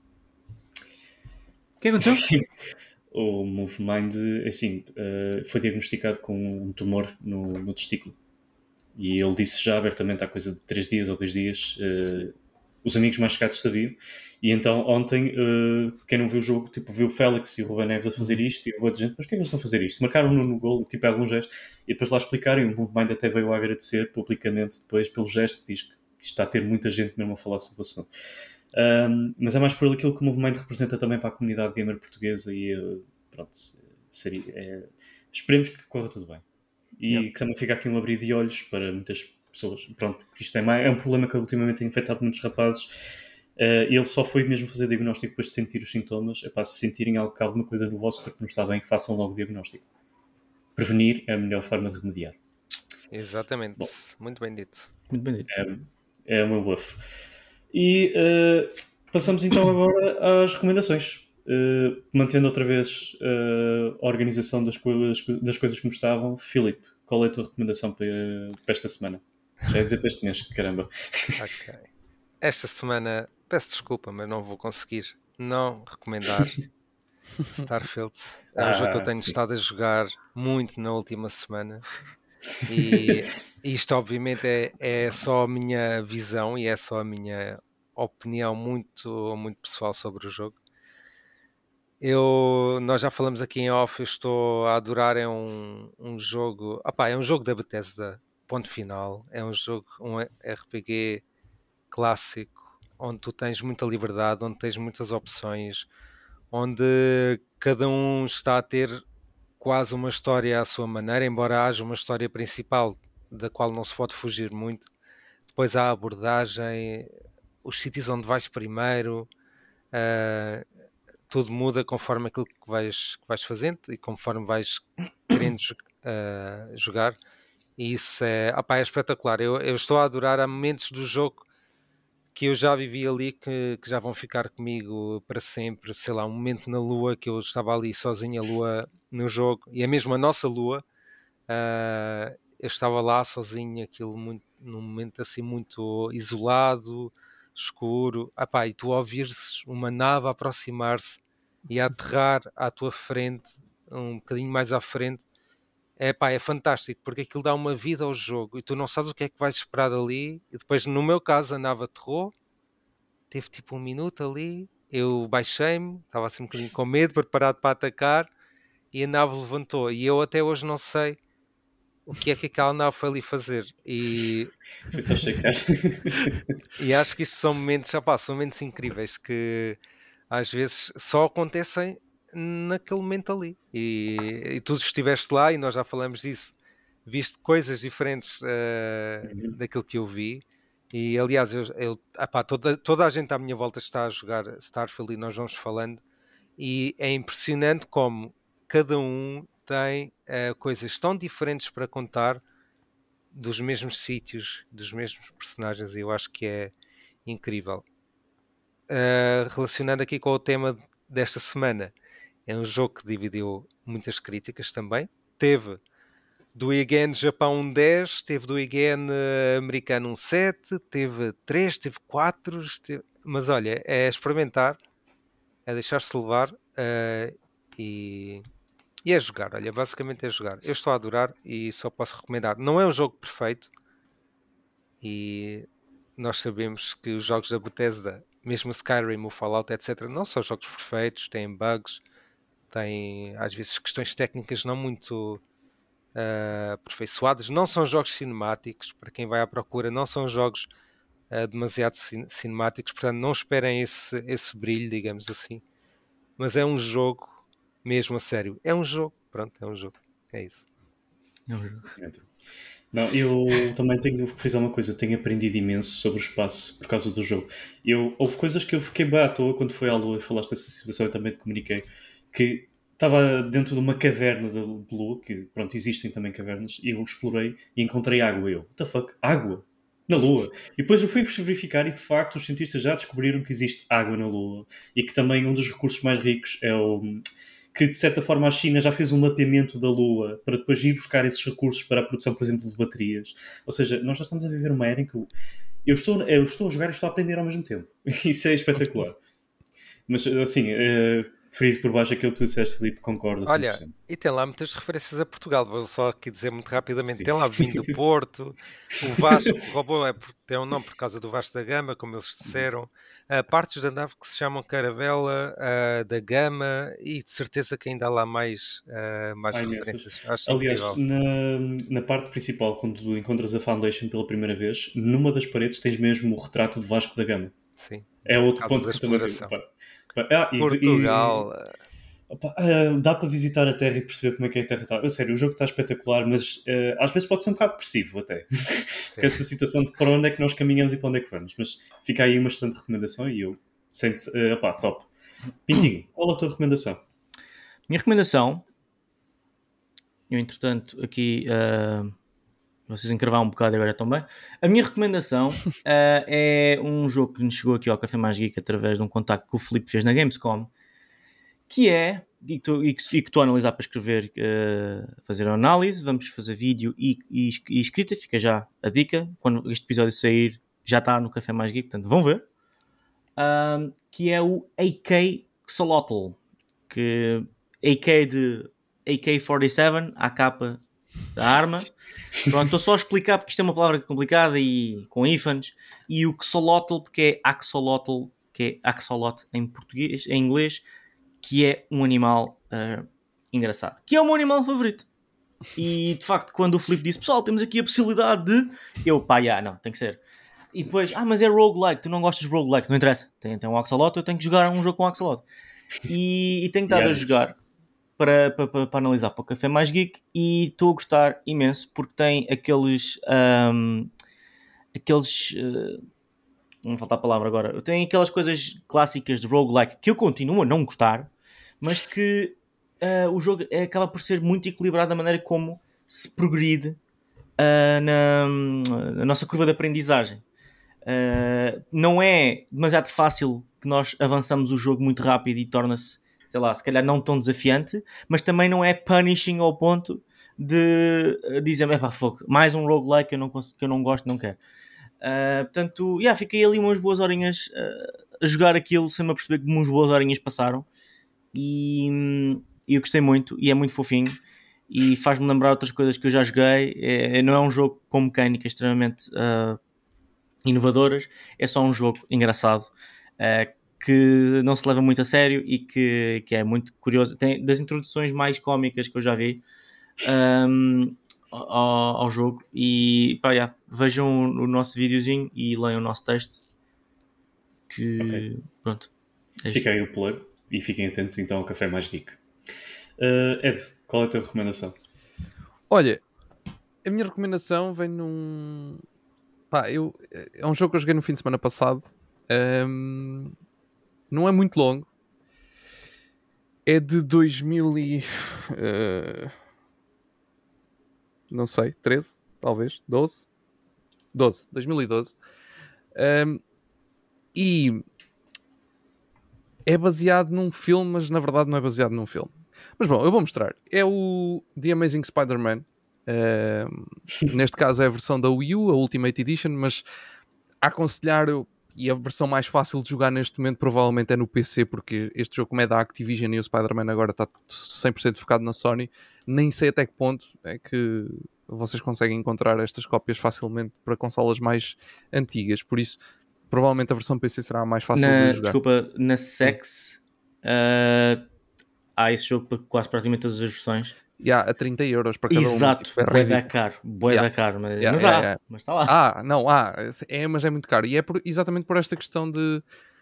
O que aconteceu? O MoveMind, assim, foi diagnosticado com um tumor no testículo. E ele disse já abertamente há coisa de 3 dias ou 2 dias, os amigos mais chegados sabiam. E então ontem, quem não viu o jogo, tipo, viu o Félix e o Ruben Neves a fazer isto, e eu vou dizendo, mas porquê é que eles estão a fazer isto? Marcaram no gol, tipo, algum gesto, e depois lá explicarem, o MoveMind até veio a agradecer publicamente depois pelo gesto, que diz que está a ter muita gente mesmo a falar sobre o assunto. Mas é mais por aquilo que o MoveMind representa também para a comunidade gamer portuguesa e pronto, esperemos que corra tudo bem. E que também fica aqui um abrir de olhos para muitas pessoas. Pronto, porque isto é um problema que ultimamente tem afetado muitos rapazes. Ele só foi mesmo fazer diagnóstico depois de sentir os sintomas. É para se sentirem que alguma coisa no vosso corpo não está bem, que façam logo o diagnóstico. prevenir é a melhor forma de remediar. Exatamente. Bom. Muito bem dito. Muito bem dito. É o meu buff. E passamos então agora às recomendações. Mantendo outra vez a organização das coisas como estavam. Filipe, qual é a tua recomendação para esta semana? Já ia dizer para este mês, caramba. Ok. Esta semana, peço desculpa, mas não vou conseguir não recomendar Starfield. É um jogo que eu tenho sim. estado a jogar muito na última semana. E isto obviamente é só a minha visão e é só a minha opinião muito, muito pessoal sobre o jogo. Nós já falamos aqui em off, eu estou a adorar, é um jogo, é um jogo da Bethesda, ponto final. É um jogo, um RPG clássico, onde tu tens muita liberdade, onde tens muitas opções, onde cada um está a ter quase uma história à sua maneira, embora haja uma história principal da qual não se pode fugir muito. Depois há a abordagem, os sítios onde vais primeiro, tudo muda conforme aquilo que vais fazendo e conforme vais querendo jogar. E isso é espetacular. Eu estou a adorar. Há momentos do jogo que eu já vivi ali que já vão ficar comigo para sempre. Sei lá, um momento na lua que eu estava ali sozinho, a lua no jogo, e a mesma nossa lua, eu estava lá sozinho, aquilo num momento assim muito isolado, escuro, e tu ouvires uma nave a aproximar-se e a aterrar à tua frente, um bocadinho mais à frente. É fantástico, porque aquilo dá uma vida ao jogo e tu não sabes o que é que vais esperar dali. E depois, no meu caso, a nave aterrou, teve tipo um minuto ali, eu baixei-me, estava assim um bocadinho com medo, preparado para atacar, e a nave levantou. E eu até hoje não sei o que é que aquela nave foi ali fazer. Foi só checar. E acho que isto são momentos, são momentos incríveis que às vezes só acontecem naquele momento ali. E tu estiveste lá e nós já falamos disso, viste coisas diferentes daquilo que eu vi. E aliás, toda a gente à minha volta está a jogar Starfield e nós vamos falando. E é impressionante como cada um tem coisas tão diferentes para contar dos mesmos sítios, dos mesmos personagens, e eu acho que é incrível. Relacionando aqui com o tema desta semana, é um jogo que dividiu muitas críticas também. Teve do IGN Japão um 10, teve do IGN americano um 7, teve 3, teve 4, mas olha, é experimentar, é deixar-se levar e é jogar. Olha, basicamente é jogar. Eu estou a adorar e só posso recomendar. Não é um jogo perfeito e nós sabemos que os jogos da Bethesda, mesmo o Skyrim, o Fallout, etc., não são jogos perfeitos, têm bugs, têm às vezes questões técnicas não muito aperfeiçoadas, não são jogos cinemáticos, para quem vai à procura, não são jogos demasiado cinemáticos, portanto não esperem esse brilho, digamos assim, mas é um jogo mesmo a sério, é um jogo, pronto, é um jogo, é isso. É um jogo. Não, eu também tenho que frisar uma coisa, eu tenho aprendido imenso sobre o espaço por causa do jogo. Houve coisas que eu fiquei bem à toa quando fui à Lua e falaste dessa situação, eu também te comuniquei, que estava dentro de uma caverna de Lua, que pronto, existem também cavernas, e eu explorei e encontrei água. Eu, what the fuck? Água? Na Lua? E depois eu fui verificar e de facto os cientistas já descobriram que existe água na Lua e que também um dos recursos mais ricos é que de certa forma a China já fez um mapeamento da Lua para depois ir buscar esses recursos para a produção, por exemplo, de baterias. Ou seja, nós já estamos a viver uma era em que eu estou a jogar e estou a aprender ao mesmo tempo. Isso é espetacular. Mas assim, friso por baixo aquilo que tu disseste, Filipe, concordo a 100%. Olha, e tem lá muitas referências a Portugal, vou só aqui dizer muito rapidamente. Sim. Tem lá o vinho do Porto, o Vasco, o robô tem um nome por causa do Vasco da Gama, como eles disseram, partes da nave que se chamam Caravela da Gama, e de certeza que ainda há lá mais referências. Acho Aliás, incrível. na parte principal, quando tu encontras a Foundation pela primeira vez, numa das paredes tens mesmo o retrato de Vasco da Gama. Sim, É outro caso ponto da que eu também vi. exploração. Portugal. Portugal. Dá para visitar a Terra e perceber como é que a Terra está. A sério, o jogo está espetacular, mas às vezes pode ser um bocado depressivo até. Porque essa situação de para onde é que nós caminhamos e para onde é que vamos. Mas fica aí uma excelente recomendação e eu sento top. Pintinho, qual a tua recomendação? Minha recomendação Eu, entretanto, aqui vocês encravaram um bocado e agora estão bem. A minha recomendação é um jogo que nos chegou aqui ao Café Mais Geek através de um contacto que o Filipe fez na Gamescom, que é, e que estou a analisar para escrever, fazer a análise, vamos fazer vídeo e escrita, fica já a dica, quando este episódio sair já está no Café Mais Geek, portanto vão ver, que é o AK Xolotl, que AK de AK-47, a capa da arma. Pronto, estou só a explicar porque isto é uma palavra complicada e com hífans, e o Xolotl porque é Axolotl, que é Axolot em português, em inglês, que é um animal engraçado, que é o meu animal favorito. E de facto, quando o Filipe disse, pessoal, temos aqui a possibilidade de, eu, não, tem que ser. E depois, mas é roguelike, tu não gostas de roguelike, não interessa, tem um Axolot, eu tenho que jogar um jogo com Axolot. E tenho estado a jogar para analisar para o Café Mais Geek, e estou a gostar imenso porque tem aqueles não falta a palavra agora, tem aquelas coisas clássicas de roguelike que eu continuo a não gostar, mas que o jogo acaba por ser muito equilibrado da maneira como se progride na nossa curva de aprendizagem. Não é demasiado fácil que nós avançamos o jogo muito rápido e torna-se, sei lá, se calhar não tão desafiante, mas também não é punishing ao ponto de dizer, mais um roguelike que eu não gosto, não quero. Portanto, fiquei ali umas boas horinhas a jogar aquilo sem me aperceber que umas boas horinhas passaram, e eu gostei muito, e é muito fofinho e faz-me lembrar outras coisas que eu já joguei. Não é um jogo com mecânicas extremamente inovadoras, é só um jogo engraçado, que não se leva muito a sério e que é muito curioso. Tem das introduções mais cómicas que eu já vi ao jogo. E vejam o nosso videozinho e leiam o nosso texto, que pronto, fica aí o plug e fiquem atentos então ao Café Mais Geek. Ed, qual é a tua recomendação? Olha, a minha recomendação vem num... é um jogo que eu joguei no fim de semana passado. Não é muito longo. É de 2000 e... não sei, 13, talvez, 12. 2012. E é baseado num filme, mas na verdade não é baseado num filme. Mas bom, eu vou mostrar. É o The Amazing Spider-Man. Neste caso é a versão da Wii U, a Ultimate Edition, mas a aconselhar, e a versão mais fácil de jogar neste momento provavelmente é no PC, porque este jogo, como é da Activision e o Spider-Man agora está 100% focado na Sony, nem sei até que ponto é que vocês conseguem encontrar estas cópias facilmente para consolas mais antigas, por isso provavelmente a versão PC será a mais fácil de jogar. Desculpa, na Sex há esse jogo para quase praticamente todas as versões. A 30 euros para cada um. Exato, bué da caro, mas está lá. Mas é muito caro. E é exatamente por esta questão de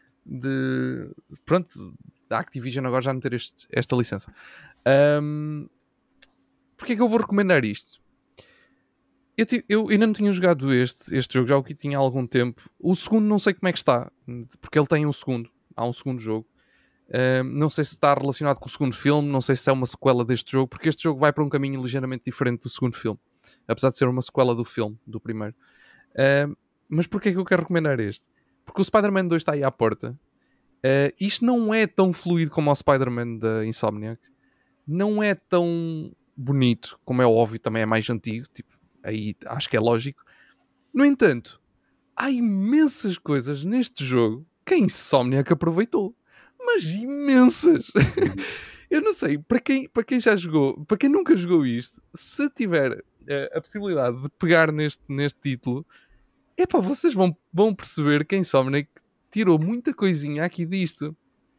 pronto, da Activision agora já não ter esta licença. Porque é que eu vou recomendar isto? Eu ainda não tinha jogado este jogo, já o que tinha há algum tempo. O segundo não sei como é que está, porque ele tem há um segundo jogo. Não sei se está relacionado com o segundo filme, não sei se é uma sequela deste jogo, porque este jogo vai para um caminho ligeiramente diferente do segundo filme, apesar de ser uma sequela do filme, do primeiro. Mas porquê é que eu quero recomendar este? Porque o Spider-Man 2 está aí à porta. Isto não é tão fluido como o Spider-Man da Insomniac, não é tão bonito, como é óbvio, também é mais antigo, tipo, aí acho que é lógico. No entanto, há imensas coisas neste jogo que a Insomniac aproveitou. Mas imensas! Eu não sei, para quem já jogou, para quem nunca jogou isto, se tiver a possibilidade de pegar neste título, vocês vão perceber que a Insomniac tirou muita coisinha aqui disto.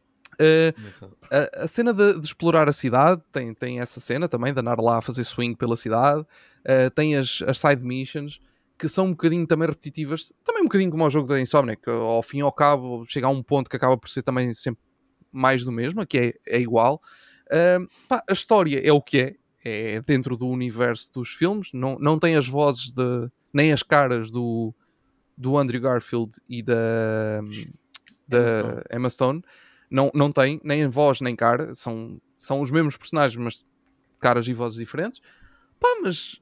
A cena de explorar a cidade, tem essa cena também, de andar lá a fazer swing pela cidade. Tem as side missions, que são um bocadinho também repetitivas, também um bocadinho como o jogo da Insomniac, que ao fim e ao cabo chega a um ponto que acaba por ser também sempre mais do mesmo, que é igual. A história é o que é dentro do universo dos filmes, não tem as vozes nem as caras do Andrew Garfield e da Emma Stone. Não tem nem voz nem cara, são os mesmos personagens, mas caras e vozes diferentes. Pá, mas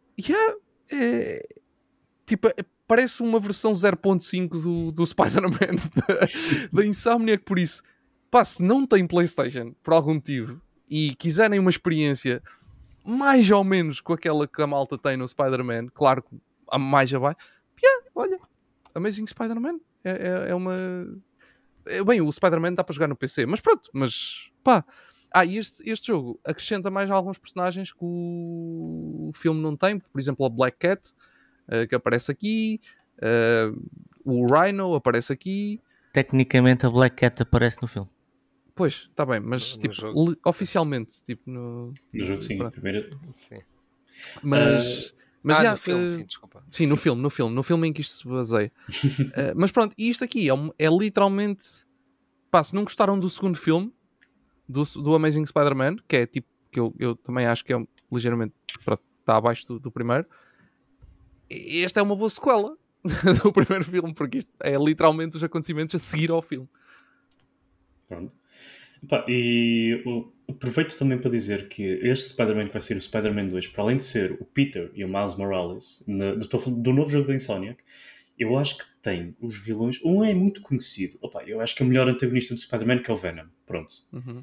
tipo, parece uma versão 0.5 do Spider-Man da Insomniac, por isso, pá, se não tem PlayStation por algum motivo e quiserem uma experiência mais ou menos com aquela que a malta tem no Spider-Man, claro que a mais abaixo, olha, Amazing Spider-Man é uma... Bem, o Spider-Man dá para jogar no PC, mas pronto, mas pá. E este jogo acrescenta mais alguns personagens que o filme não tem, por exemplo, a Black Cat, que aparece aqui, o Rhino aparece aqui. Tecnicamente a Black Cat aparece no filme. Pois, está bem, mas No tipo, jogo. oficialmente, tipo, no jogo, sim. pronto. Primeiro... Sim. Mas no filme, sim, desculpa. Sim, no filme em que isto se baseia. Mas pronto, e isto aqui é literalmente, pá, se não gostaram do segundo filme do Amazing Spider-Man, que é tipo, que eu também acho que é ligeiramente, pronto, está abaixo do primeiro, esta é uma boa sequela do primeiro filme, porque isto é literalmente os acontecimentos a seguir ao filme. Pronto. Pá, e aproveito também para dizer que este Spider-Man que vai ser o Spider-Man 2, para além de ser o Peter e o Miles Morales do novo jogo da Insomniac, eu acho que tem os vilões. Um é muito conhecido. Opa, eu acho que é o melhor antagonista do Spider-Man, que é o Venom. Pronto.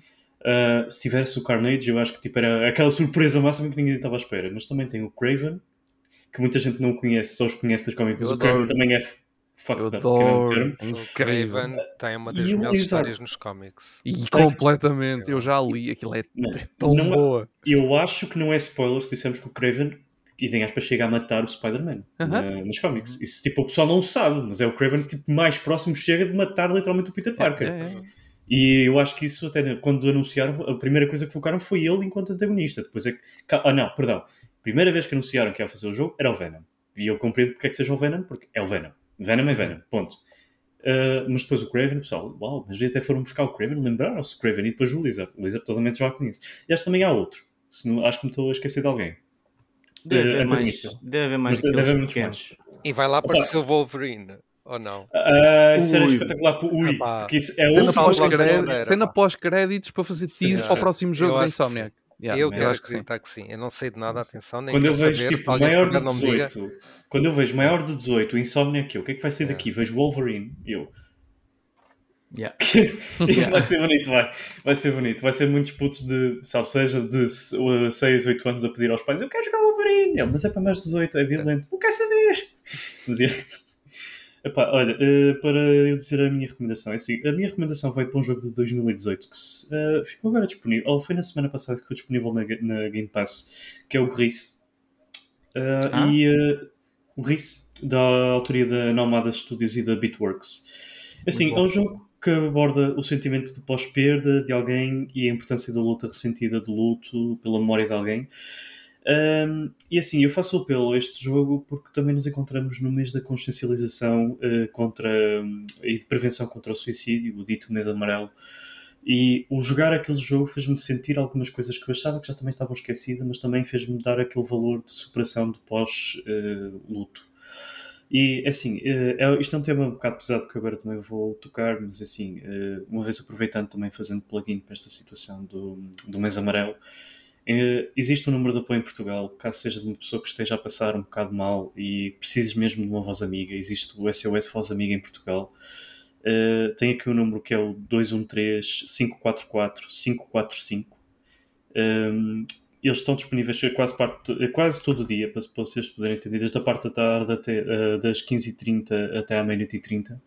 Se tivesse o Carnage, eu acho que tipo, era aquela surpresa máxima que ninguém estava à espera. Mas também tem o Kraven, que muita gente não conhece, só os conhece das cómicas. Mas o Kraven também é fucked up, que é o mesmo termo. O Kraven tem uma das E melhores exato. histórias nos cómics. E completamente, eu já li, aquilo é tão Não é- boa. Eu acho que não é spoiler se dissermos que o Kraven, e tem aspas, chega a matar o Spider-Man nos cómics. Isso tipo, o pessoal não sabe, mas é o Kraven que tipo, mais próximo chega de matar literalmente o Peter Parker. E eu acho que isso, até quando anunciaram, a primeira coisa que focaram foi ele enquanto antagonista. Depois é que. Não, perdão. Primeira vez que anunciaram que ia fazer o jogo era o Venom. E eu compreendo porque é que seja o Venom, porque é o Venom. Venom é Venom, ponto. Mas depois o Kraven, pessoal, uau, mas até foram buscar o Kraven, lembraram-se do Kraven e depois o Lizard. O Lizard totalmente já o conhece. E acho que também há outro. Acho que me estou a esquecer de alguém. Deve haver mais Mas deve haver muitos pequenos. mais. E vai lá aparecer o Wolverine, ou não? Isso era espetacular. Porque isso é cena pós-créditos para fazer tease para o próximo jogo da Insomniac. Eu quero acreditar que sim. Eu não sei de nada, atenção, nem quando eu quero vejo saber, tipo maior de 18, quando eu vejo maior de 18, Insomniac, o que é que vai ser daqui? Vejo Wolverine, vai ser bonito, vai ser bonito, vai ser muitos putos de, sabe, seja de 6, 8 anos a pedir aos pais, eu quero jogar Wolverine, mas é para mais de 18, é violento, não quero saber. Mas epá, olha, para eu dizer a minha recomendação, é assim, a minha recomendação vai para um jogo de 2018 que ficou agora disponível, ou foi na semana passada que ficou disponível na Game Pass, que é o Gris. O Gris, da autoria da Nomada Studios e da Beatworks. Assim, é um jogo que aborda o sentimento de pós-perda de alguém e a importância da luta ressentida do luto pela memória de alguém. E assim, eu faço o apelo a este jogo porque também nos encontramos no mês da consciencialização e de prevenção contra o suicídio, o dito mês amarelo. E o jogar aquele jogo fez-me sentir algumas coisas que eu achava que já também estavam esquecidas, mas também fez-me dar aquele valor de superação de pós-luto. E assim, isto é um tema um bocado pesado que agora também vou tocar, mas assim, uma vez aproveitando também fazendo plugin para esta situação do mês amarelo, existe um número de apoio em Portugal, caso seja de uma pessoa que esteja a passar um bocado mal e precises mesmo de uma voz amiga. Existe o SOS Voz Amiga em Portugal. Tem aqui o número que é o 213-544-545. Eles estão disponíveis quase todo o dia para vocês poderem entender, desde a parte da tarde até das 15h30 até à meia-noite e 30.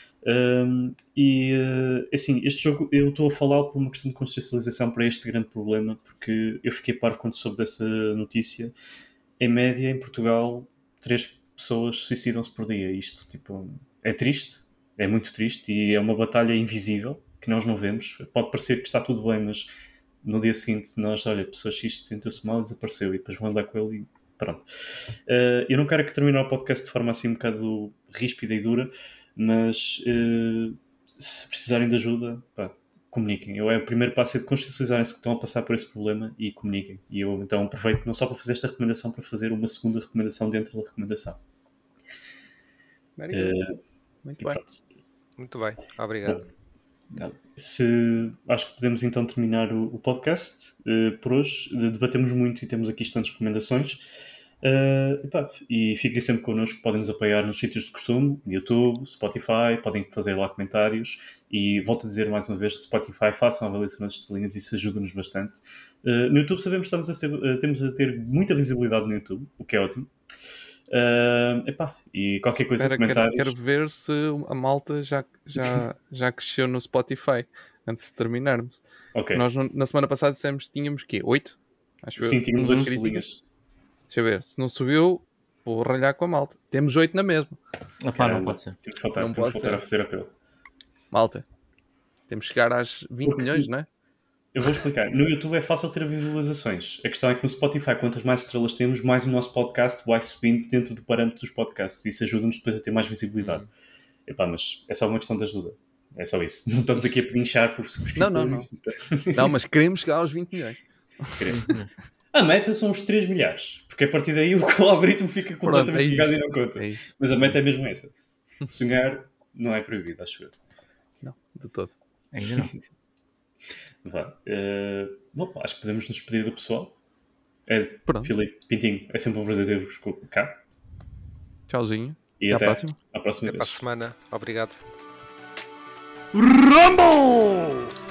Assim, este jogo eu estou a falar por uma questão de consciencialização para este grande problema, porque eu fiquei parvo quando soube dessa notícia. Em média, em Portugal, 3 pessoas suicidam-se por dia. Isto tipo, é triste, é muito triste e é uma batalha invisível que nós não vemos. Pode parecer que está tudo bem, mas no dia seguinte nós, olha, pessoas X sentiu-se mal e desapareceu, e depois vão andar com ele e pronto. Eu não quero que termine o podcast de forma assim um bocado ríspida e dura, mas se precisarem de ajuda, comuniquem. O primeiro passo é de consciencializarem-se que estão a passar por esse problema e comuniquem. E eu então aproveito não só para fazer esta recomendação, para fazer uma segunda recomendação dentro da recomendação. Muito bem. Muito bem, obrigado. Acho que podemos então terminar o podcast por hoje. Debatemos muito e temos aqui instantes recomendações. E fiquem sempre connosco, podem nos apoiar nos sítios de costume, YouTube, Spotify, podem fazer lá comentários e volto a dizer mais uma vez que Spotify façam a avaliação nas estrelinhas, isso ajuda-nos bastante. No YouTube sabemos que temos a ter muita visibilidade no YouTube, o que é ótimo. E qualquer coisa, comentários. Quero ver se a malta já cresceu no Spotify antes de terminarmos. Okay. Nós na semana passada dissemos que tínhamos 8? Acho Sim, tínhamos 8 estrelinhas. Deixa eu ver, se não subiu, vou ralhar com a malta. Temos 8 na mesma. Não pode ser. Temos que voltar a fazer apelo. Malta, temos que chegar às 20 milhões, não é? Eu vou explicar. No YouTube é fácil ter visualizações. A questão é que no Spotify, quantas mais estrelas temos, mais o nosso podcast vai subindo dentro do parâmetro dos podcasts. Isso ajuda-nos depois a ter mais visibilidade. Mas é só uma questão de ajuda. É só isso. Não estamos aqui a pedinchar por subscritores. Não, mas queremos chegar aos 20 milhões. Queremos. A meta são os 3 milhares. Porque a partir daí o algoritmo fica completamente ligado e não conta. Mas a meta é mesmo essa. Sonhar não é proibido, acho eu. Não, de todo. Ainda não. Acho que podemos nos despedir do pessoal. Ed, Filipe, Pintinho, é sempre um prazer ter-vos cá. Tchauzinho. E até à próxima vez. Até para a semana. Obrigado. Rumble!